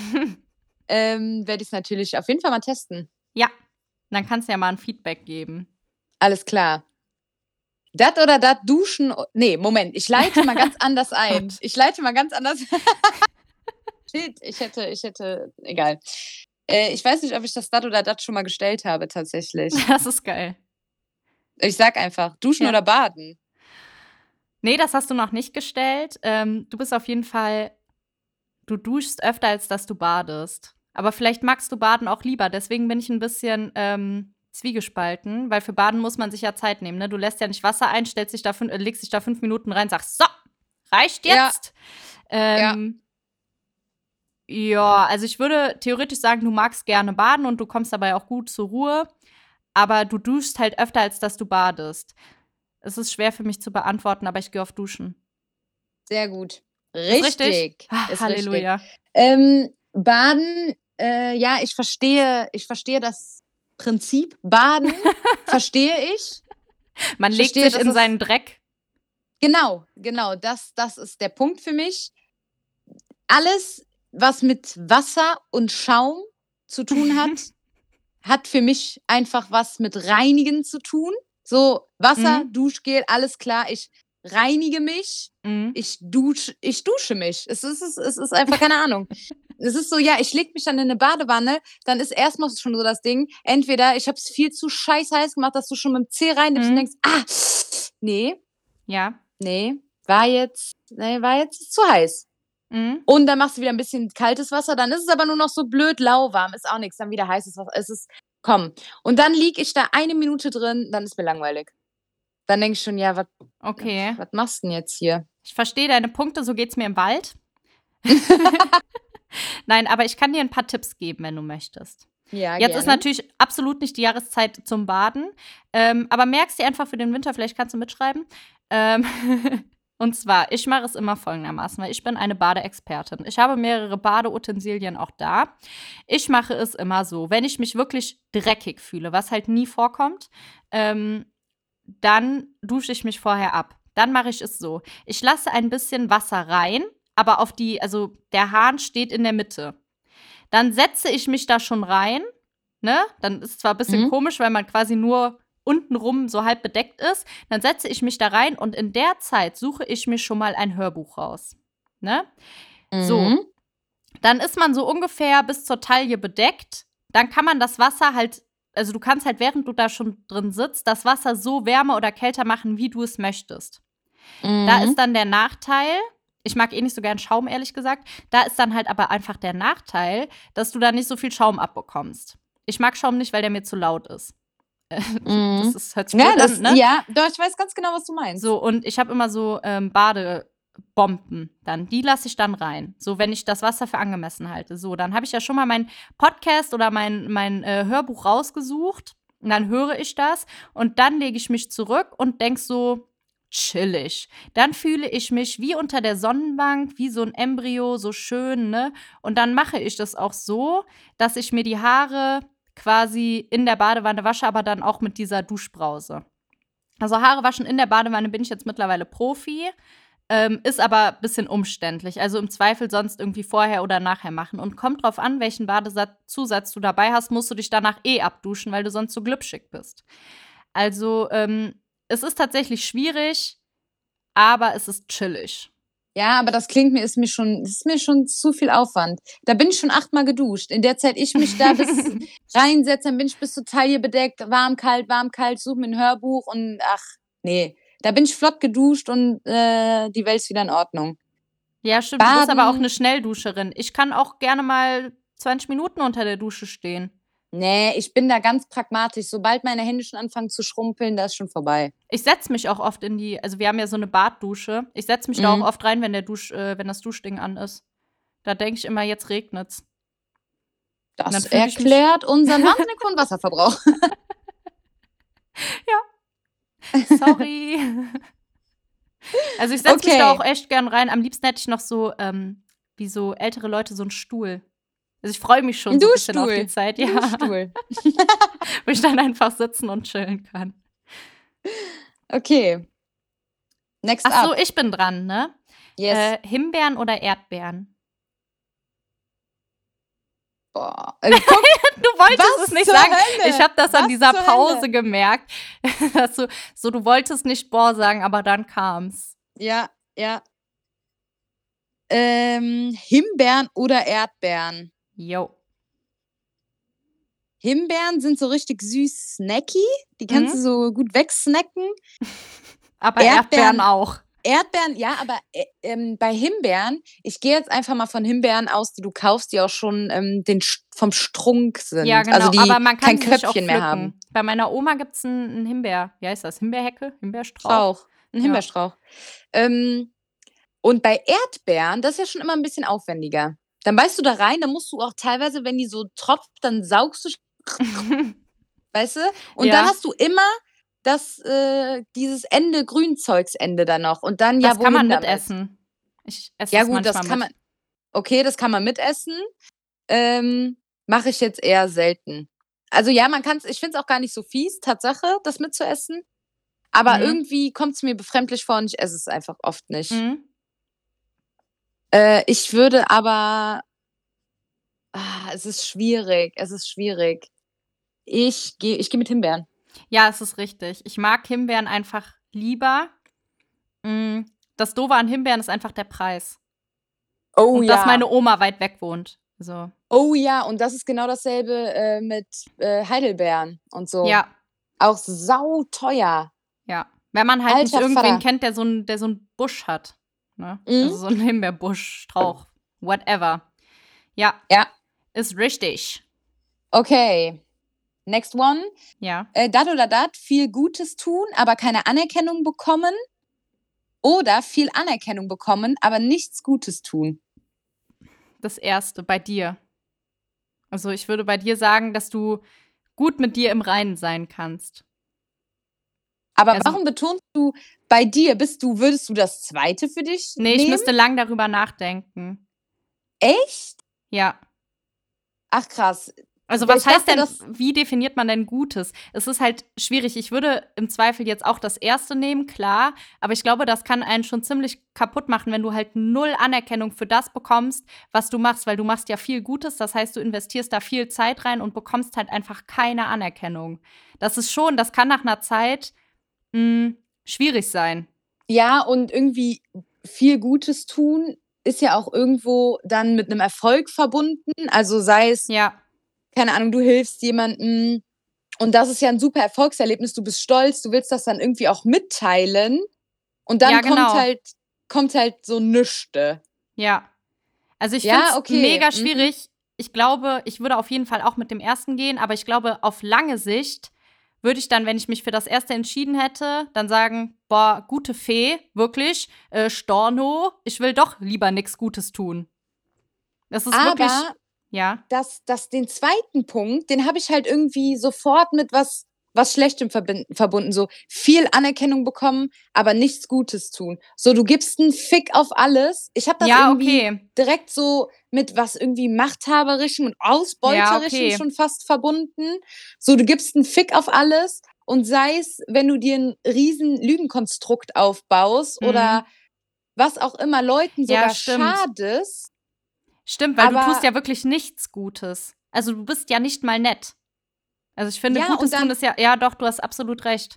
ähm, werde ich es natürlich auf jeden Fall mal testen. Ja, dann kannst du ja mal ein Feedback geben. Alles klar. Dat oder dat duschen. o- Nee, Moment, ich leite mal ganz anders ein. Gott. Ich leite mal ganz anders. Shit, ich hätte, ich hätte, egal. Äh, ich weiß nicht, ob ich das dat oder dat schon mal gestellt habe, tatsächlich. Das ist geil. Ich sag einfach, duschen Ja. oder baden. Nee, das hast du noch nicht gestellt. Ähm, du bist auf jeden Fall, du duschst öfter, als dass du badest. Aber vielleicht magst du Baden auch lieber. Deswegen bin ich ein bisschen ähm, zwiegespalten, weil für Baden muss man sich ja Zeit nehmen. Ne? Du lässt ja nicht Wasser ein, stellst dich da fün- äh, legst dich da fünf Minuten rein, sagst, so, reicht Ja. jetzt. Ähm, ja, also ich würde theoretisch sagen, du magst gerne baden und du kommst dabei auch gut zur Ruhe. Aber du duschst halt öfter, als dass du badest. Es ist schwer für mich zu beantworten, aber ich gehe auf Duschen. Sehr gut. Ist Richtig. richtig? Ah, Ist Halleluja. richtig. Ähm, Baden, äh, ja, ich verstehe, ich verstehe das Prinzip. Baden verstehe ich. Man Ich legt verstehe, sich dass in es- seinen Dreck. Genau, genau, das, das ist der Punkt für mich. Alles, was mit Wasser und Schaum zu tun hat, hat für mich einfach was mit Reinigen zu tun. So, Wasser, Mhm. Duschgel, alles klar, ich reinige mich, Mhm. ich dusche, ich dusche mich. Es ist, es ist, es ist einfach keine Ahnung. Es ist so, ja, ich leg mich dann in eine Badewanne, dann ist erstmal schon so das Ding, entweder ich habe es viel zu scheiß heiß gemacht, dass du schon mit dem Zeh reinnimmst Mhm. und denkst, ah, nee, Ja. nee, war jetzt, nee, war jetzt zu heiß. Mhm. Und dann machst du wieder ein bisschen kaltes Wasser, dann ist es aber nur noch so blöd lauwarm, ist auch nichts, dann wieder heißes Wasser. Es ist, komm. Und dann lieg ich da eine Minute drin, dann ist mir langweilig. Dann denke ich schon, ja, was Okay. was machst du denn jetzt hier? Ich verstehe deine Punkte, so geht's mir im Wald. Nein, aber ich kann dir ein paar Tipps geben, wenn du möchtest. Ja, Jetzt gerne. ist natürlich absolut nicht die Jahreszeit zum Baden. Ähm, aber merkst dir einfach für den Winter, vielleicht kannst du mitschreiben. Ähm, und zwar, ich mache es immer folgendermaßen, weil ich bin eine Badeexpertin. Ich habe mehrere Badeutensilien auch da. Ich mache es immer so, wenn ich mich wirklich dreckig fühle, was halt nie vorkommt, ähm, dann dusche ich mich vorher ab. Dann mache ich es so. Ich lasse ein bisschen Wasser rein, aber auf die, also der Hahn steht in der Mitte. Dann setze ich mich da schon rein, ne? Dann ist es zwar ein bisschen Mhm. komisch, weil man quasi nur untenrum so halb bedeckt ist. Dann setze ich mich da rein und in der Zeit suche ich mir schon mal ein Hörbuch raus, ne? So. Mhm. Dann ist man so ungefähr bis zur Taille bedeckt. Dann kann man das Wasser halt, also du kannst halt, während du da schon drin sitzt, das Wasser so wärmer oder kälter machen, wie du es möchtest. Da Mhm. ist dann der Nachteil, ich mag eh nicht so gern Schaum, ehrlich gesagt. Da ist dann halt aber einfach der Nachteil, dass du da nicht so viel Schaum abbekommst. Ich mag Schaum nicht, weil der mir zu laut ist. Äh, Mhm. Das ist, hört sich Ja, blöd das, an, ne? ja, doch, ich weiß ganz genau, was du meinst. So, und ich habe immer so ähm, Badebomben dann. Die lasse ich dann rein. So, wenn ich das Wasser für angemessen halte. So, dann habe ich ja schon mal meinen Podcast oder mein, mein äh, Hörbuch rausgesucht. Und dann höre ich das. Und dann lege ich mich zurück und denke so, chillig. Dann fühle ich mich wie unter der Sonnenbank, wie so ein Embryo, so schön, ne? Und dann mache ich das auch so, dass ich mir die Haare quasi in der Badewanne wasche, aber dann auch mit dieser Duschbrause. Also Haare waschen in der Badewanne bin ich jetzt mittlerweile Profi, ähm, ist aber ein bisschen umständlich. Also im Zweifel sonst irgendwie vorher oder nachher machen. Und kommt drauf an, welchen Badezusatz du dabei hast, musst du dich danach eh abduschen, weil du sonst so glitschig bist. Also ähm, es ist tatsächlich schwierig, aber es ist chillig. Ja, aber das klingt mir, ist mir schon, ist mir schon zu viel Aufwand. Da bin ich schon achtmal geduscht. In der Zeit, ich mich da bis reinsetze, dann bin ich bis zur Taille bedeckt, warm, kalt, warm, kalt, suche mir ein Hörbuch und ach, nee. Da bin ich flott geduscht und äh, die Welt ist wieder in Ordnung. Ja, stimmt. Du bist aber auch Baden, eine Schnellduscherin. Ich kann auch gerne mal zwanzig Minuten unter der Dusche stehen. nee, ich bin da ganz pragmatisch. Sobald meine Hände schon anfangen zu schrumpeln, da ist schon vorbei. Ich setze mich auch oft in die, also wir haben ja so eine Baddusche. Ich setze mich da auch Mhm. oft rein, wenn der Dusch, äh, wenn das Duschding an ist. Da denke ich immer, jetzt regnet's. Und dann Das fühle ich mich. erklärt unseren wahnsinnig hohen Wasserverbrauch. Sorry. Also ich setze mich da Okay. auch echt gern rein. Am liebsten hätte ich noch so, ähm, wie so ältere Leute, so einen Stuhl. Also ich freue mich schon Ein so ein bisschen auf Duschstuhl. die Zeit, Ein ja, Duschstuhl. wo ich dann einfach sitzen und chillen kann. Okay. Next Ach so, up. ich bin dran, ne? Yes. Äh, Himbeeren oder Erdbeeren? Boah. Äh, guck, Du wolltest was es nicht zur sagen. Hölle? Ich habe das an Was dieser zur Pause Hölle? gemerkt. Dass du, so, du wolltest nicht boah sagen, aber dann kam's. Ja, ja. Ähm, Himbeeren oder Erdbeeren? Jo. Himbeeren sind so richtig süß snacky. Die kannst Mhm. du so gut wegsnacken. Aber Erdbeeren- Erdbeeren auch. Erdbeeren, ja, aber äh, ähm, bei Himbeeren, ich gehe jetzt einfach mal von Himbeeren aus, die du kaufst, die auch schon ähm, den, Sch- vom Strunk sind. Ja, genau. Also die aber man kann kein sie sich auch Köpfchen mehr haben. pflücken. Bei meiner Oma gibt's einen, einen Himbeer. Wie heißt das? Himbeerhecke? Himbeerstrauch? Strauch. Ein Ja. Himbeerstrauch. Ähm, und bei Erdbeeren, das ist ja schon immer ein bisschen aufwendiger. Dann beißt du da rein, dann musst du auch teilweise, wenn die so tropft, dann saugst du, weißt du? Und Ja. dann hast du immer das, äh, dieses Ende, Grünzeugsende da noch. Und dann, ja, Das kann man wohin damit? mitessen. Ich esse Ja das gut, manchmal das kann mit. man, okay, das kann man mitessen. Ähm, mache ich jetzt eher selten. Also ja, man kann es, ich finde es auch gar nicht so fies, Tatsache, das mitzuessen. Aber Mhm. irgendwie kommt es mir befremdlich vor und ich esse es einfach oft nicht. Mhm. Äh, ich würde aber, ah, es ist schwierig, es ist schwierig. Ich gehe ich geh mit Himbeeren. Ja, es ist richtig. Ich mag Himbeeren einfach lieber. Mm, Das Doofe an Himbeeren ist einfach der Preis. Oh Und dass meine Oma weit weg wohnt. So. Oh ja, und das ist genau dasselbe äh, mit äh, Heidelbeeren und so. Ja, Auch sauteuer. ja. Wenn man halt nicht Alter irgendwen Vater. kennt, der so einen der so einen Busch hat. Ne? Mhm. Also so einen Himbeerbusch, Strauch, whatever. Ja, Ja, ist richtig. okay. Next one. Ja. Äh, dat oder dat, viel Gutes tun, aber keine Anerkennung bekommen. Oder viel Anerkennung bekommen, aber nichts Gutes tun. Das erste bei dir. Also ich würde bei dir sagen, dass du gut mit dir im Reinen sein kannst. Aber Also- warum betonst du bei dir? Bist du, würdest du das zweite für dich Nee, ich nehmen? müsste lang darüber nachdenken. Echt? Ja. Ach krass. Also Weil was ich heißt dachte, denn, das- wie definiert man denn Gutes? Es ist halt schwierig. Ich würde im Zweifel jetzt auch das erste nehmen, klar. Aber ich glaube, das kann einen schon ziemlich kaputt machen, wenn du halt null Anerkennung für das bekommst, was du machst. Weil du machst ja viel Gutes. Das heißt, du investierst da viel Zeit rein und bekommst halt einfach keine Anerkennung. Das ist schon, das kann nach einer Zeit mh, schwierig sein. Ja, und irgendwie viel Gutes tun ist ja auch irgendwo dann mit einem Erfolg verbunden. Also sei es, Ja, keine Ahnung, du hilfst jemandem und das ist ja ein super Erfolgserlebnis. Du bist stolz, du willst das dann irgendwie auch mitteilen und dann Ja, genau. kommt halt kommt halt so Nüchte. ja. Also ich Ja, finde es okay. mega Mhm. schwierig. Ich glaube, ich würde auf jeden Fall auch mit dem ersten gehen, aber ich glaube, auf lange Sicht würde ich dann, wenn ich mich für das erste entschieden hätte, dann sagen, boah, gute Fee, wirklich, äh, Storno, ich will doch lieber nichts Gutes tun. Das ist wirklich, Aber ja, das, das, den zweiten Punkt, den habe ich halt irgendwie sofort mit was, was Schlechtem verbin- verbunden. So viel Anerkennung bekommen, aber nichts Gutes tun. So, du gibst einen Fick auf alles. Ich habe das ja, irgendwie okay. direkt so mit was irgendwie Machthaberischem und Ja, Ausbeuterischem okay. schon fast verbunden. So, du gibst einen Fick auf alles und sei es, wenn du dir ein riesen Lügenkonstrukt aufbaust Mhm. oder was auch immer, Leuten Ja, sogar stimmt. schadest. Stimmt, weil du tust Aber ja wirklich nichts Gutes. Also, du bist ja nicht mal nett. Also, ich finde, ja, und Gutes tun dann ist ja ja doch, du hast absolut recht.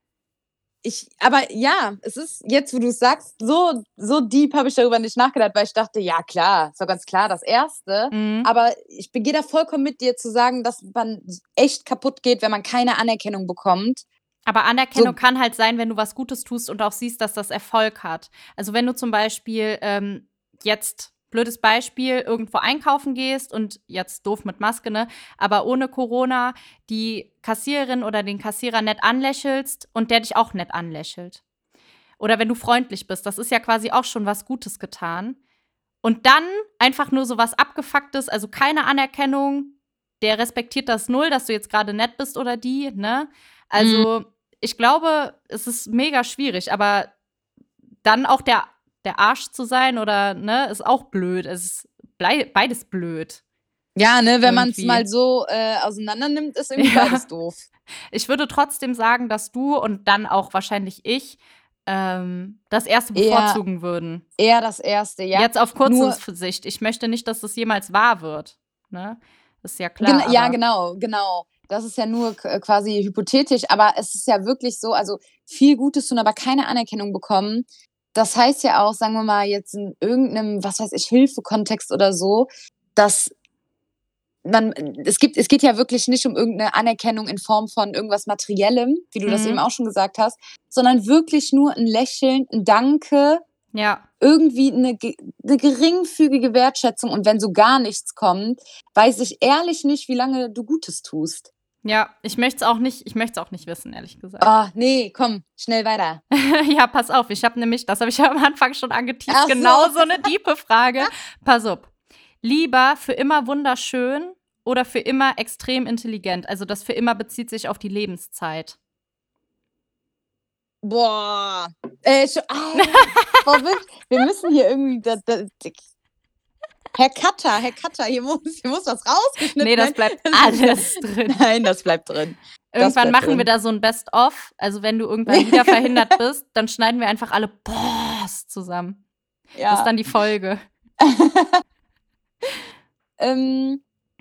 ich aber ja, es ist jetzt, wo du's sagst, so so deep habe ich darüber nicht nachgedacht, weil ich dachte: „Ja klar, ist doch ganz klar das Erste.“ Mhm. Aber ich gehe da vollkommen mit dir zu sagen, dass man echt kaputt geht, wenn man keine Anerkennung bekommt. Aber Anerkennung So kann halt sein, wenn du was Gutes tust und auch siehst, dass das Erfolg hat. Also, wenn du zum Beispiel, ähm, jetzt blödes Beispiel, irgendwo einkaufen gehst und jetzt doof mit Maske, ne, aber ohne Corona die Kassiererin oder den Kassierer nett anlächelst und der dich auch nett anlächelt. Oder wenn du freundlich bist, das ist ja quasi auch schon was Gutes getan. Und dann einfach nur so was Abgefucktes, also keine Anerkennung, der respektiert das null, dass du jetzt gerade nett bist oder die, ne? mhm. Also, ich glaube, es ist mega schwierig, aber dann auch der der Arsch zu sein oder ne, ist auch blöd. Es ist blei beides blöd Ja, ne, wenn man's irgendwie. mal so, äh, auseinander nimmt, ist irgendwie Ja. beides doof. Ich würde trotzdem sagen, dass du und dann auch wahrscheinlich ich, ähm, das Erste Eher bevorzugen würden. eher das Erste, ja. Jetzt auf kurze Nur S Sicht. Ich möchte nicht, dass das jemals wahr wird, ne? Ist ja gen klar, ja, aber genau, genau. Das ist ja nur k quasi hypothetisch, aber es ist ja wirklich so, also, viel Gutes tun, aber keine Anerkennung bekommen. Das heißt ja auch, sagen wir mal jetzt in irgend 'nem, was weiß ich, Hilfekontext oder so, dass man es gibt es geht ja wirklich nicht um irgend 'ne Anerkennung in Form von irgendwas Materiellem, wie du das eben Mhm. auch schon gesagt hast, sondern wirklich nur 'n Lächeln, 'n Danke, Ja. irgendwie 'ne ge 'ne geringfügige Wertschätzung. Und wenn so gar nichts kommt, weiß ich ehrlich nicht, wie lange du Gutes tust. Ja, ich möchte es auch nicht ich möchte es auch nicht wissen, ehrlich gesagt. Oh, ne, komm, schnell weiter. Ja, pass auf, ich habe nämlich das habe ich ja am Anfang schon angeteast, Ach genau so. so 'ne diepe Frage. Pass auf. Lieber für immer wunderschön oder für immer extrem intelligent? Also, das für immer bezieht sich auf die Lebenszeit. Boah, äh, scho ah, boah, wirklich, wir müssen hier irgendwie da da dick Herr Cutter, Herr Cutter, hier muss hier muss was Ne, rausgeschnitten das werden. bleibt Das ist ja alles drin. nein, das bleibt drin. Das Irgendwann bleibt machen wir drin. da so 'n Best of. Also, wenn du irgendwann wieder verhindert bist, dann schneiden wir einfach alle Boahs zusammen. Das ist Ja. dann die Folge. Ähm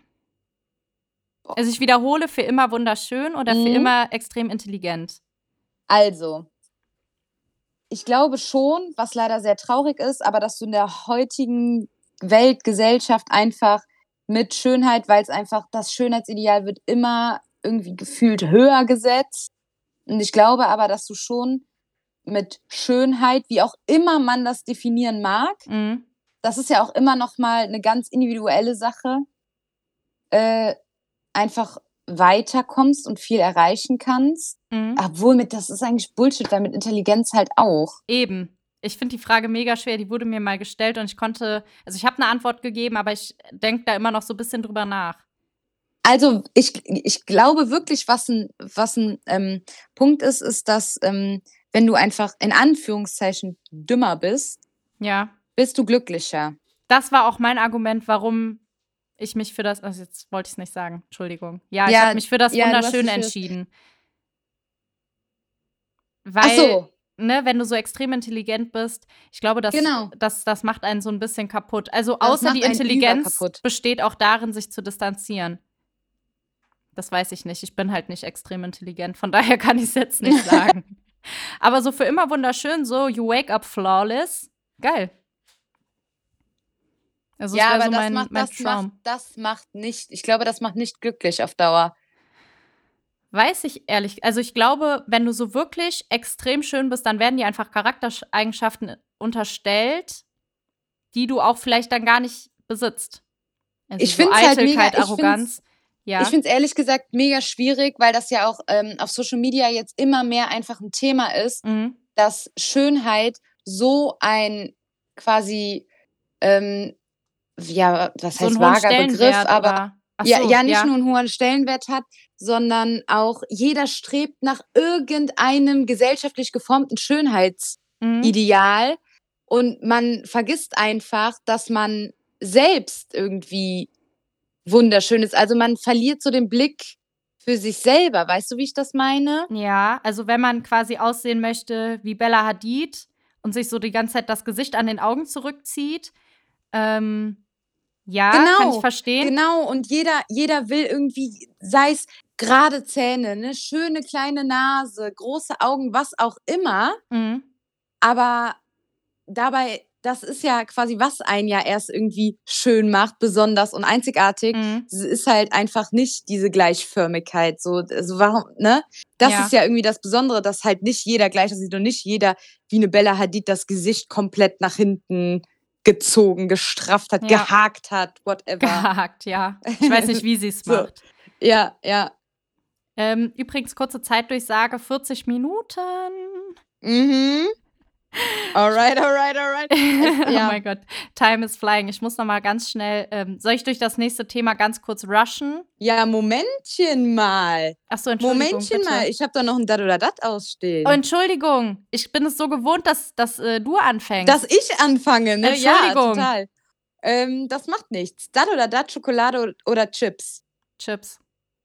Also, Boah. ich wiederhole, für immer wunderschön oder für Mhm. immer extrem intelligent? Also ich glaube schon, was leider sehr traurig ist, aber dass du in der heutigen Welt, Gesellschaft einfach mit Schönheit, weil's einfach das Schönheitsideal wird immer irgendwie gefühlt höher gesetzt. Und ich glaube aber, dass du schon mit Schönheit, wie auch immer man das definieren mag, Mhm. das ist ja auch immer noch mal 'ne ganz individuelle Sache äh, einfach weiterkommst und viel erreichen kannst. Mhm. Obwohl mit das ist eigentlich Bullshit, weil mit Intelligenz halt auch. Eben. Ich finde die Frage mega schwer, die wurde mir mal gestellt und ich konnte also, ich habe 'ne Antwort gegeben, aber ich denke da immer noch so bisschen drüber nach. Also, ich ich glaube wirklich, was 'n was 'n, ähm, Punkt ist, ist, dass, ähm, wenn du einfach in Anführungszeichen dümmer bist Ja. bist du glücklicher. Das war auch mein Argument, warum ich mich für das also, jetzt wollte ich's nicht sagen, Entschuldigung. Ja, ich habe Ja, mich für das ja, du hast Wunderschöne dich für das entschieden. Ach Weil, so. ne, wenn du so extrem intelligent bist, ich glaube, das Genau. das das macht einen so 'n bisschen kaputt. Also, Das außer die macht einen Intelligenz überkaputt. besteht auch darin, sich zu distanzieren. Das weiß ich nicht. Ich bin halt nicht extrem intelligent, von daher kann ich's jetzt nicht sagen. Aber so für immer wunderschön, so you wake up flawless, geil. Also, es Ja, wäre aber so das mein macht mein das macht Traum. das macht nicht ich glaube, das macht nicht glücklich auf Dauer. Weiß ich ehrlich also, ich glaube, wenn du so wirklich extrem schön bist, dann werden dir einfach Charaktersch Eigenschaften unterstellt, die du auch vielleicht dann gar nicht besitzt. Also, Ich so finde es halt mega Eitelkeit, ich finde es Arroganz. ich Ja? finde es ehrlich gesagt mega schwierig, weil das ja auch, ähm, auf Social Media jetzt immer mehr einfach 'n Thema ist, Mhm. dass Schönheit so ein quasi, ähm, ja, was So 'n heißt hohen vager Begriff, Stellenwert aber oder ach ja so, ja, nicht ja. nur 'n hohen Stellenwert hat, sondern auch jeder strebt nach irgendeinem gesellschaftlich geformten Mhm. Schönheitsideal und man vergisst einfach, dass man selbst irgendwie wunderschön ist. Also, man verliert so den Blick für sich selber. Weißt du, wie ich das meine? Ja, also wenn man quasi aussehen möchte wie Bella Hadid und sich so die ganze Zeit das Gesicht an den Augen zurückzieht, ähm, ja, kann ich Genau, verstehen. genau. Und jeder jeder will irgendwie, sei es gerade Zähne, 'ne schöne kleine Nase, große Augen, was auch immer. Mhm. Aber dabei das ist ja quasi, was einen ja erst irgendwie schön macht, besonders und einzigartig. Mhm. Es ist halt einfach nicht diese Gleichförmigkeit so. Also, warum, ne? Das ist Ja. ja irgendwie das Besondere, dass halt nicht jeder gleich aussieht und nicht jeder wie 'ne Bella Hadid das Gesicht komplett nach hinten gezogen, gestrafft hat, Ja. gehakt hat, whatever. Gehakt, ja. Ich weiß nicht, wie sie's So. macht. Ja, ja. Ähm, übrigens kurze Zeitdurchsage, vierzig Minuten. Mhm. Alright, alright, alright. Es Oh ja. mein Gott, time is flying. Ich muss noch mal ganz schnell ähm, soll ich durch das nächste Thema ganz kurz rushen? Ja, Momentchen mal. Ach so, Entschuldigung, Momentchen mal, bitte. ich habe da noch 'n Dat oder Dat Oh, ausstehen. Entschuldigung. Ich bin es so gewohnt, dass dass, äh, du anfängst. Dass ich anfange, ne? Ja, Entschuldigung. total. Ähm, das macht nichts. Dat oder Dat, Schokolade o oder Chips? Chips.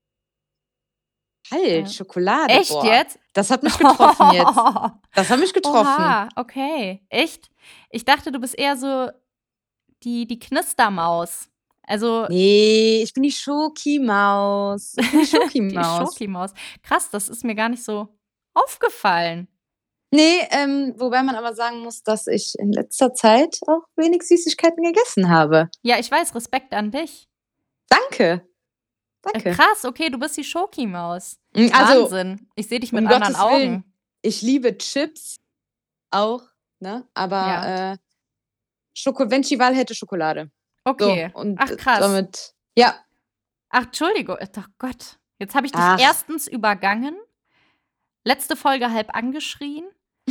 Halt, Äh, Schokolade, echt boah. jetzt? Das hat mich getroffen jetzt. Das hat mich getroffen. Oha, okay. Echt? Ich dachte, du bist eher so die die Knistermaus. Also Ne, ich bin die Schokimaus. Ich bin die die Schokimaus. Schokimaus. Krass, das ist mir gar nicht so aufgefallen. Ne, ähm, wobei man aber sagen muss, dass ich in letzter Zeit auch wenig Süßigkeiten gegessen habe. Ja, ich weiß, Respekt an dich. Danke. Äh, Danke. krass, okay, du bist die Schokimaus. Hm, also, Wahnsinn. Ich sehe dich mit um anderen Gottes Willen, Augen. ich liebe Chips auch, ne? Aber, Ja. äh, Schoko wenn ich die Wahl hätte, Schokolade. So, Okay. und Ach, krass. damit ja. Ach, Entschuldigung. Ach Gott. Jetzt habe ich dich Ach. erstens übergangen, letzte Folge halb angeschrien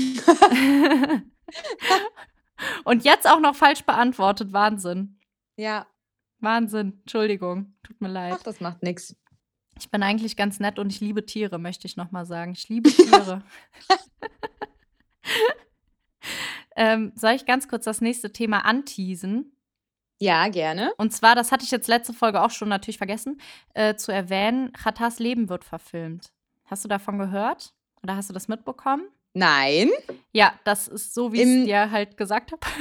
und jetzt auch noch falsch beantwortet. Wahnsinn. Ja. Wahnsinn. Entschuldigung. Tut mir leid. Ach, das macht nix. Ich bin eigentlich ganz nett und ich liebe Tiere, möchte ich noch mal sagen. Ich liebe Tiere. Ähm, soll ich ganz kurz das nächste Thema anteasen? Ja, gerne. Und zwar, das hatte ich jetzt letzte Folge auch schon natürlich vergessen, äh, zu erwähnen, Xhatars Leben wird verfilmt. Hast du davon gehört? Oder hast du das mitbekommen? Nein. Ja, das ist so, wie ich's Im dir halt gesagt habe.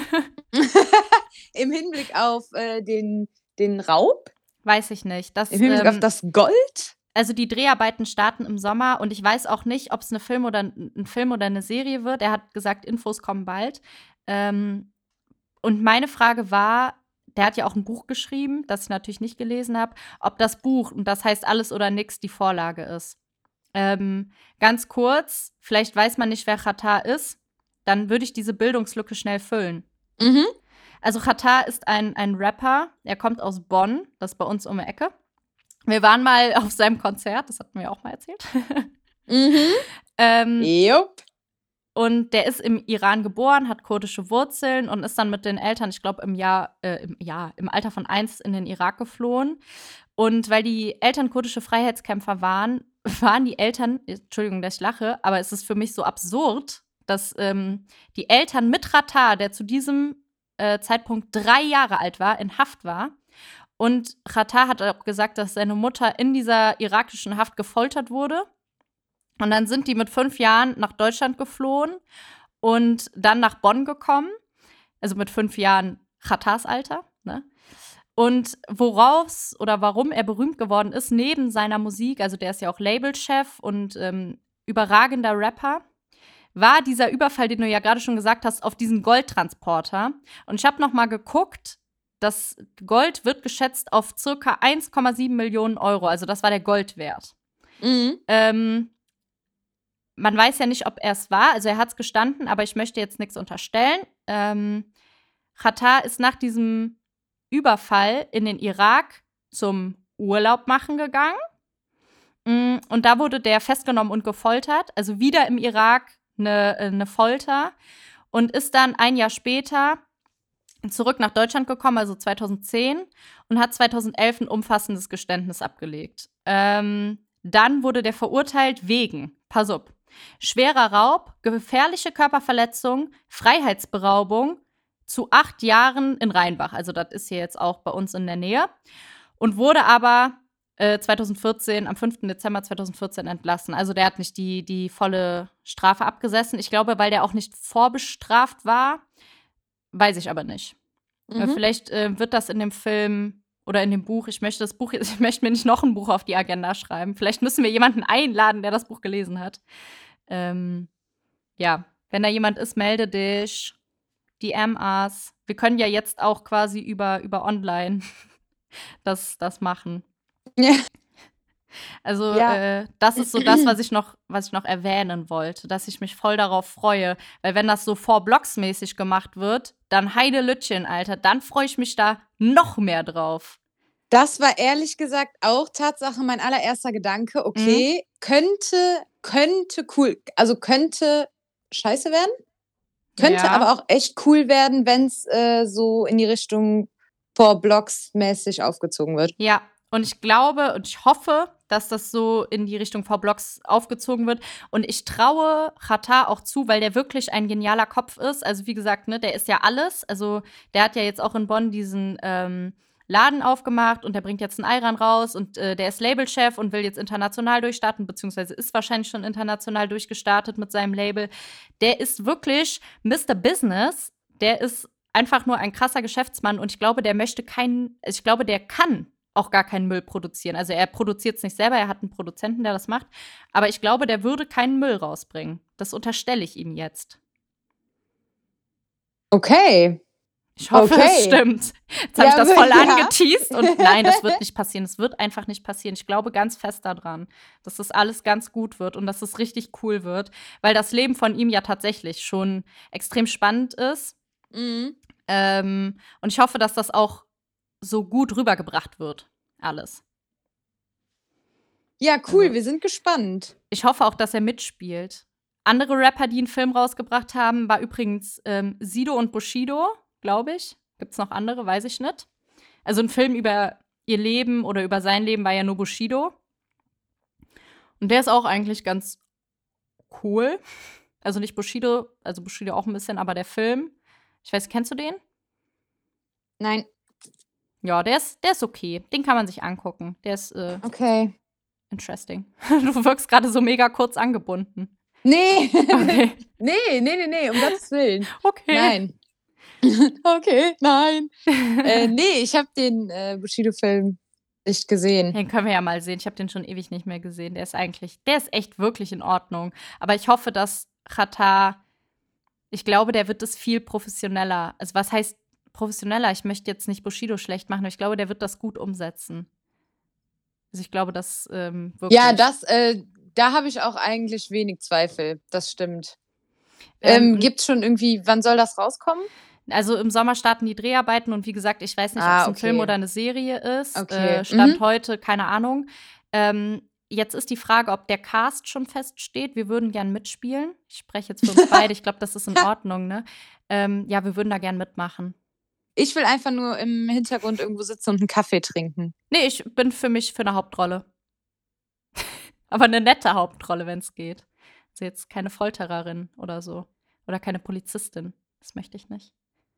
Im Hinblick auf, äh, den den Raub? Weiß ich nicht. Das, Im Hinblick auf ähm das Gold? Also, die Dreharbeiten starten im Sommer und ich weiß auch nicht, ob's 'ne Film oder 'n 'n Film oder 'ne Serie wird. Er hat gesagt, Infos kommen bald. Ähm, und meine Frage war, der hat ja auch 'n Buch geschrieben, das ich natürlich nicht gelesen habe, ob das Buch, und das heißt Alles oder nix, die Vorlage ist. Ähm, ganz kurz, vielleicht weiß man nicht, wer Xhatar ist, dann würde ich diese Bildungslücke schnell füllen. Mhm. Also, Xhatar ist ein ein Rapper. Er kommt aus Bonn, das ist bei uns um die Ecke. Wir waren mal auf seinem Konzert, das hatten wir auch mal erzählt. Mhm. Ähm, Jupp. und der ist im Iran geboren, hat kurdische Wurzeln und ist dann mit den Eltern, ich glaube, im Jahr äh, im Jahr im Alter von eins in den Irak geflohen. Und weil die Eltern kurdische Freiheitskämpfer waren, waren die Eltern Entschuldigung, dass ich lache, aber es ist für mich so absurd, dass, ähm, die Eltern mit Xhatar, der zu diesem, äh, Zeitpunkt drei Jahre alt war, in Haft war. Und Xhatar hat auch gesagt, dass seine Mutter in dieser irakischen Haft gefoltert wurde. Und dann sind die mit fünf Jahren nach Deutschland geflohen und dann nach Bonn gekommen. Also, mit fünf Jahren Xhatars Alter, ne? Und woraus oder warum er berühmt geworden ist, neben seiner Musik, also, der ist ja auch Labelchef und, ähm, überragender Rapper, war dieser Überfall, den du ja grade schon gesagt hast, auf diesen Goldtransporter. Und ich habe noch mal geguckt, das Gold wird geschätzt auf circa eins Komma sieben Millionen Euro. Also, das war der Goldwert. Mhm. Ähm, man weiß ja nicht, ob er's war. Also, er hat's gestanden, aber ich möchte jetzt nix unterstellen. Ähm, Xhatar ist nach diesem Überfall in den Irak zum Urlaub machen gegangen. Hm, und da wurde der festgenommen und gefoltert, also, wieder im Irak 'ne äh, 'ne Folter und ist dann ein Jahr später zurück nach Deutschland gekommen, also, zweitausendzehn und hat zweitausendelf 'n umfassendes Geständnis abgelegt. Ähm, dann wurde der verurteilt wegen, pass auf, schwerer Raub, gefährliche Körperverletzung, Freiheitsberaubung, zu acht Jahren in Rheinbach. Also das ist hier jetzt auch bei uns in der Nähe. Und wurde aber äh, zwanzig vierzehn, am fünften Dezember zweitausendvierzehn entlassen. Also der hat nicht die, die volle Strafe abgesessen. Ich glaube, weil der auch nicht vorbestraft war. Weiß ich aber nicht. Äh, Mhm. Vielleicht äh, wird das in dem Film oder in dem Buch, ich möchte das Buch, ich möchte mir nicht noch ein Buch auf die Agenda schreiben. Vielleicht müssen wir jemanden einladen, der das Buch gelesen hat. Ähm, ja, wenn da jemand ist, melde dich. D M us. Wir können ja jetzt auch quasi über, über online das, das machen. Ja. Also, Ja. äh, das ist so das, was ich noch, was ich noch erwähnen wollte, dass ich mich voll darauf freue. Weil wenn das so vor Blocks-mäßig gemacht wird, dann Heidelütchen, Alter, dann freue ich mich da noch mehr drauf. Das war ehrlich gesagt auch Tatsache mein allererster Gedanke. Okay, könnte, könnte cool, also könnte scheiße werden. Könnte Ja. aber auch echt cool werden, wenn es äh, so in die Richtung vor Blocks mäßig aufgezogen wird. Ja, und ich glaube und ich hoffe, dass das so in die Richtung V-Blocks aufgezogen wird. Und ich traue Xatar auch zu, weil der wirklich ein genialer Kopf ist. Also, wie gesagt, ne, der ist ja alles. Also, der hat ja jetzt auch in Bonn diesen ähm, Laden aufgemacht und der bringt jetzt einen Ayran raus und äh, der ist Labelchef und will jetzt international durchstarten, beziehungsweise ist wahrscheinlich schon international durchgestartet mit seinem Label. Der ist wirklich Mister Business. Der ist einfach nur ein krasser Geschäftsmann und ich glaube, der möchte keinen, ich glaube, der kann auch gar keinen Müll produzieren. Also er produziert es nicht selber, er hat einen Produzenten, der das macht. Aber ich glaube, der würde keinen Müll rausbringen. Das unterstelle ich ihm jetzt. Okay. Ich hoffe, Okay. es stimmt. Jetzt habe Ja, ich das voll ja. angeteast und nein, das wird nicht passieren. Es wird einfach nicht passieren. Ich glaube ganz fest daran, dass das alles ganz gut wird und dass es richtig cool wird, weil das Leben von ihm ja tatsächlich schon extrem spannend ist. Mhm. Ähm, und ich hoffe, dass das auch so gut rübergebracht wird. Alles. Ja, cool, Also, wir sind gespannt. ich hoffe auch, dass er mitspielt. Andere Rapper, die einen Film rausgebracht haben, war übrigens ähm, Sido und Bushido, glaube ich. Gibt's noch andere? Weiß ich nicht. Also ein Film über ihr Leben oder über sein Leben war ja nur Bushido. Und der ist auch eigentlich ganz cool. Also nicht Bushido, also Bushido auch ein bisschen, aber der Film. Ich weiß, kennst du den? Nein. Ja, der ist, der ist okay. Den kann man sich angucken. Der ist äh, Okay. interesting. Du wirkst gerade so mega kurz angebunden. Nee. Okay. nee, nee, nee, nee, um Gottes Willen. Okay. Nein. okay, nein. äh, nee, ich habe den äh, Bushido-Film nicht gesehen. Den können wir ja mal sehen. Ich habe den schon ewig nicht mehr gesehen. Der ist eigentlich, der ist echt wirklich in Ordnung. Aber ich hoffe, dass Xatar, ich glaube, der wird das viel professioneller. Also was heißt professioneller? Ich möchte jetzt nicht Bushido schlecht machen, aber ich glaube, der wird das gut umsetzen. Also ich glaube, das ähm, wirklich. Ja, das, äh, da habe ich auch eigentlich wenig Zweifel. Das stimmt. Ähm, Ähm, Gibt's schon irgendwie, wann soll das rauskommen? Also im Sommer starten die Dreharbeiten und wie gesagt, ich weiß nicht, ob Ah, es ein okay. Film oder eine Serie ist. Okay. Äh, Stand Mhm. heute, keine Ahnung. Ähm, jetzt ist die Frage, ob der Cast schon feststeht. Wir würden gern mitspielen. Ich spreche jetzt für uns beide. Ich glaube, das ist in Ordnung, ne? Ähm, ja, wir würden da gern mitmachen. Ich will einfach nur im Hintergrund irgendwo sitzen und einen Kaffee trinken. Nee, ich bin für mich für eine Hauptrolle. Aber eine nette Hauptrolle, wenn es geht. Also jetzt keine Foltererin oder so. Oder keine Polizistin. Das möchte ich nicht.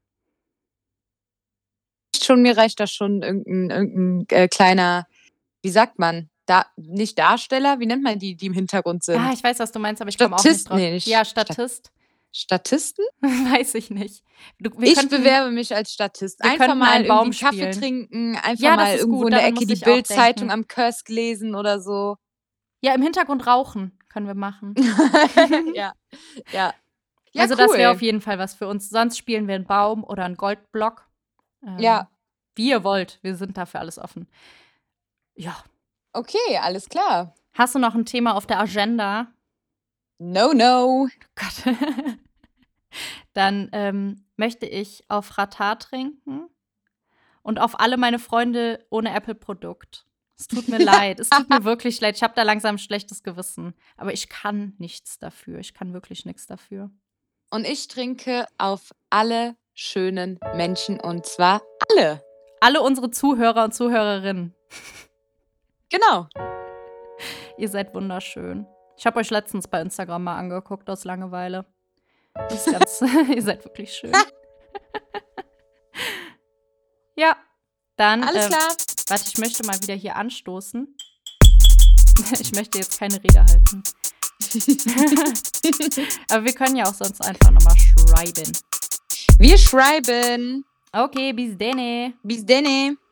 Schon, mir reicht das schon irgendein, irgendein äh, kleiner, wie sagt man, da, nicht Darsteller, wie nennt man die, die im Hintergrund sind? Ah, ich weiß, was du meinst, aber ich komme auch Statist, nicht drauf. nee, nicht Ja, Stat- Statist. Statisten? Weiß ich nicht. Du, wir Ich könnten, bewerbe mich als Statist. wir Einfach könnten mal einen irgendwie Baum einen Kaffee spielen. trinken, einfach Ja, das mal ist irgendwo gut, in der daran Ecke muss die ich auch Bild-Zeitung denken. am Kiosk lesen oder so. Ja, im Hintergrund rauchen können wir machen. ja, ja. Ja, Also cool. das wäre auf jeden Fall was für uns. Sonst spielen wir einen Baum oder einen Goldblock. Ähm, Ja. Wie ihr wollt. Wir sind dafür alles offen. Ja. Okay, alles klar. Hast du noch ein Thema auf der Agenda? No, no. Gott. Dann ähm, möchte ich auf Ratar trinken und auf alle meine Freunde ohne Apple-Produkt. Es tut mir leid. Es tut mir wirklich leid. Ich habe da langsam ein schlechtes Gewissen. Aber ich kann nichts dafür. Ich kann wirklich nichts dafür. Und ich trinke auf alle schönen Menschen und zwar alle. Alle unsere Zuhörer und Zuhörerinnen. Genau. Ihr seid wunderschön. Ich habe euch letztens bei Instagram mal angeguckt aus Langeweile. Das ist ganz, ihr seid wirklich schön. Ja, dann, Alles äh, klar. warte, ich möchte mal wieder hier anstoßen. Ich möchte jetzt keine Rede halten. Aber wir können ja auch sonst einfach nochmal schreiben. Wir schreiben. Okay, bis denne. Bis denne.